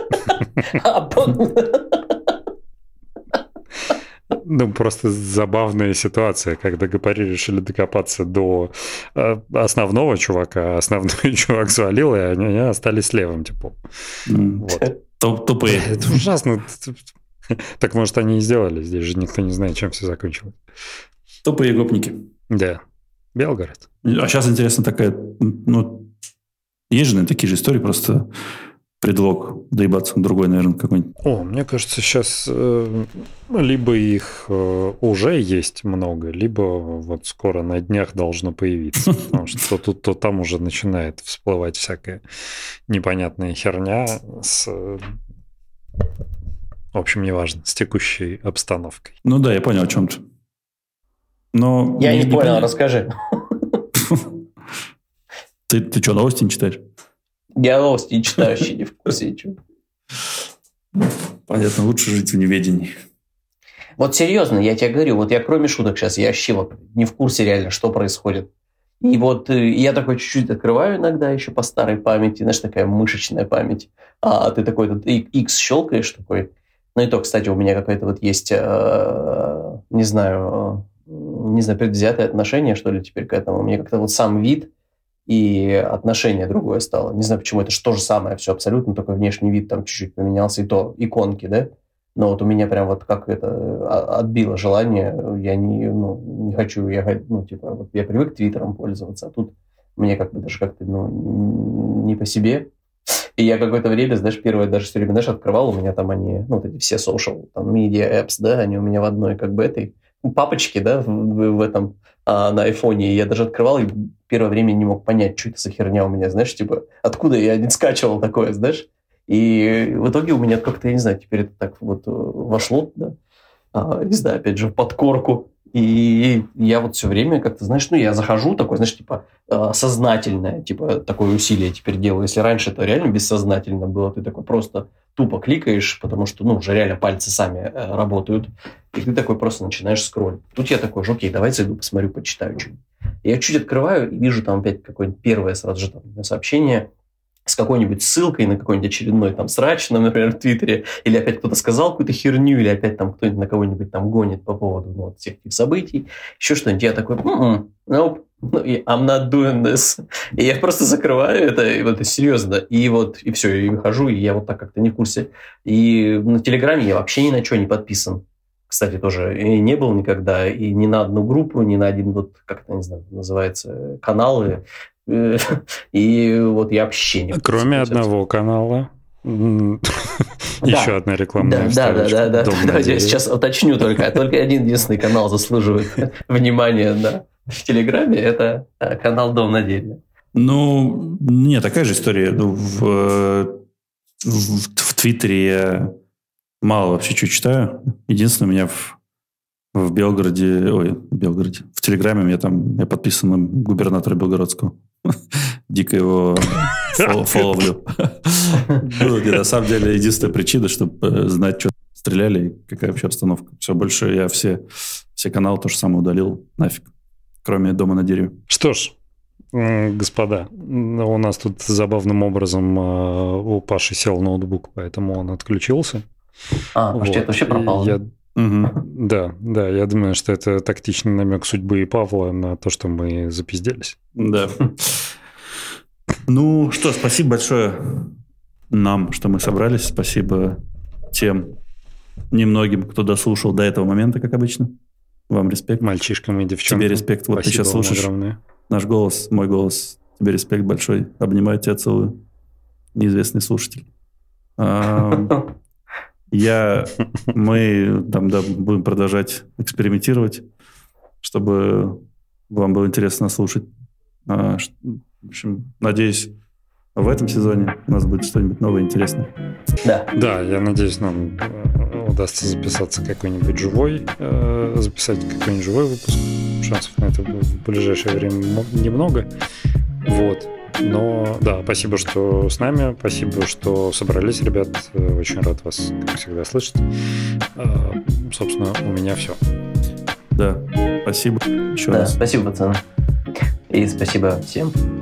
Просто забавная ситуация, когда гопари решили докопаться до основного чувака, основной чувак свалил, и они остались левым типом. Вот. Тупые. Это ужасно. Так, может, они и сделали. Здесь же никто не знает, чем все закончилось. Тупые гопники. Да. Белгород. А сейчас интересно такая, Есть же, наверное, такие же истории, просто предлог доебаться другой, наверное, какой-нибудь. Мне кажется, сейчас либо их уже есть много, либо вот скоро на днях должно появиться. Потому что то тут, то там уже начинает всплывать всякая непонятная херня с... В общем, неважно, с текущей обстановкой. Ну да, я понял о чем ты. Но я не понял, расскажи. Ты что, новости не читаешь? Я новости не читаю, вообще не в курсе ничего. Понятно, лучше жить в неведении. Вот серьезно, я тебе говорю, вот я кроме шуток сейчас, я вообще вот не в курсе реально, что происходит. И вот я такой чуть-чуть открываю иногда еще по старой памяти, знаешь, такая мышечная память. А ты такой тут X щелкаешь такой. Ну и то, кстати, у меня какое-то вот есть, не знаю, предвзятое отношение, что ли, теперь к этому. Мне как-то вот сам вид и отношение другое стало. Не знаю, почему, это же то же самое все абсолютно, только внешний вид там чуть-чуть поменялся, и то иконки, да? Но вот у меня прям вот как это отбило желание, я не хочу, я привык Твиттером пользоваться, а тут мне как бы даже как-то не по себе. И я какое-то время, знаешь, первое даже все время, знаешь, открывал, у меня там они, вот эти все social, там, media apps, да, они у меня в одной как бы этой папочке, да, в этом, на айфоне. И я даже открывал и первое время не мог понять, что это за херня у меня, знаешь, типа, откуда я не скачивал такое, знаешь. И в итоге у меня как-то, я не знаю, теперь это так вот вошло, да, не знаю, опять же, в подкорку. И я вот все время как-то, знаешь, я захожу такой, знаешь, типа, сознательное, типа, такое усилие теперь делаю. Если раньше это реально бессознательно было, ты такой просто тупо кликаешь, потому что, уже реально пальцы сами работают, и ты такой просто начинаешь скроллить. Тут я такой, окей, давай зайду, посмотрю, почитаю что-нибудь. Я чуть открываю и вижу там опять какое-нибудь первое сразу же там сообщение с какой-нибудь ссылкой на какой-нибудь очередной там срач, например, в Твиттере, или опять кто-то сказал какую-то херню, или опять там кто-нибудь на кого-нибудь там гонит по поводу всех этих событий, еще что-нибудь. Я такой, nope, I'm not doing this. И я просто закрываю это, и вот это серьезно. И все, и выхожу, и я вот так как-то не в курсе. И на Телеграме я вообще ни на что не подписан. Кстати, тоже и не был никогда, и ни на одну группу, ни на один, как это, не знаю, называется, каналы. И вот я вообще не... Кроме одного канала. Еще одна рекламная вставочка. Да. Давайте я сейчас уточню только. Только один единственный канал заслуживает внимания в Телеграме. Это канал «Дом на дереве». Нет, такая же история. В Твиттере я мало вообще что читаю. Единственное, у меня в Белгороде... в Телеграме я подписан на губернатора Белгородского. Дико его фоловлю. На самом деле, единственная причина, чтобы знать, что стреляли и какая вообще обстановка. Все, больше я все каналы то же самое удалил нафиг. Кроме «Дома на дереве». Что ж, господа, у нас тут забавным образом у Паши сел ноутбук, поэтому он отключился. Это вообще пропало. Да, я думаю, что это тактичный намек судьбы и Павла на то, что мы запизделись. Да. Что, спасибо большое нам, что мы собрались. Спасибо тем немногим, кто дослушал до этого момента, как обычно. Вам респект. Мальчишкам и девчонкам. Тебе респект. Вот ты сейчас слушаешь наш голос, мой голос. Тебе респект большой. Обнимаю тебя, целую. Неизвестный слушатель. Мы будем продолжать экспериментировать, чтобы вам было интересно слушать. В общем, надеюсь, в этом сезоне у нас будет что-нибудь новое, интересное. Да, я надеюсь, нам удастся записать какой-нибудь живой выпуск. Шансов на это в ближайшее время немного. Но да, спасибо, что с нами, спасибо, что собрались, ребят. Очень рад вас, как всегда, слышать. Собственно, у меня все. Да, спасибо еще раз. Спасибо, пацаны. И спасибо всем.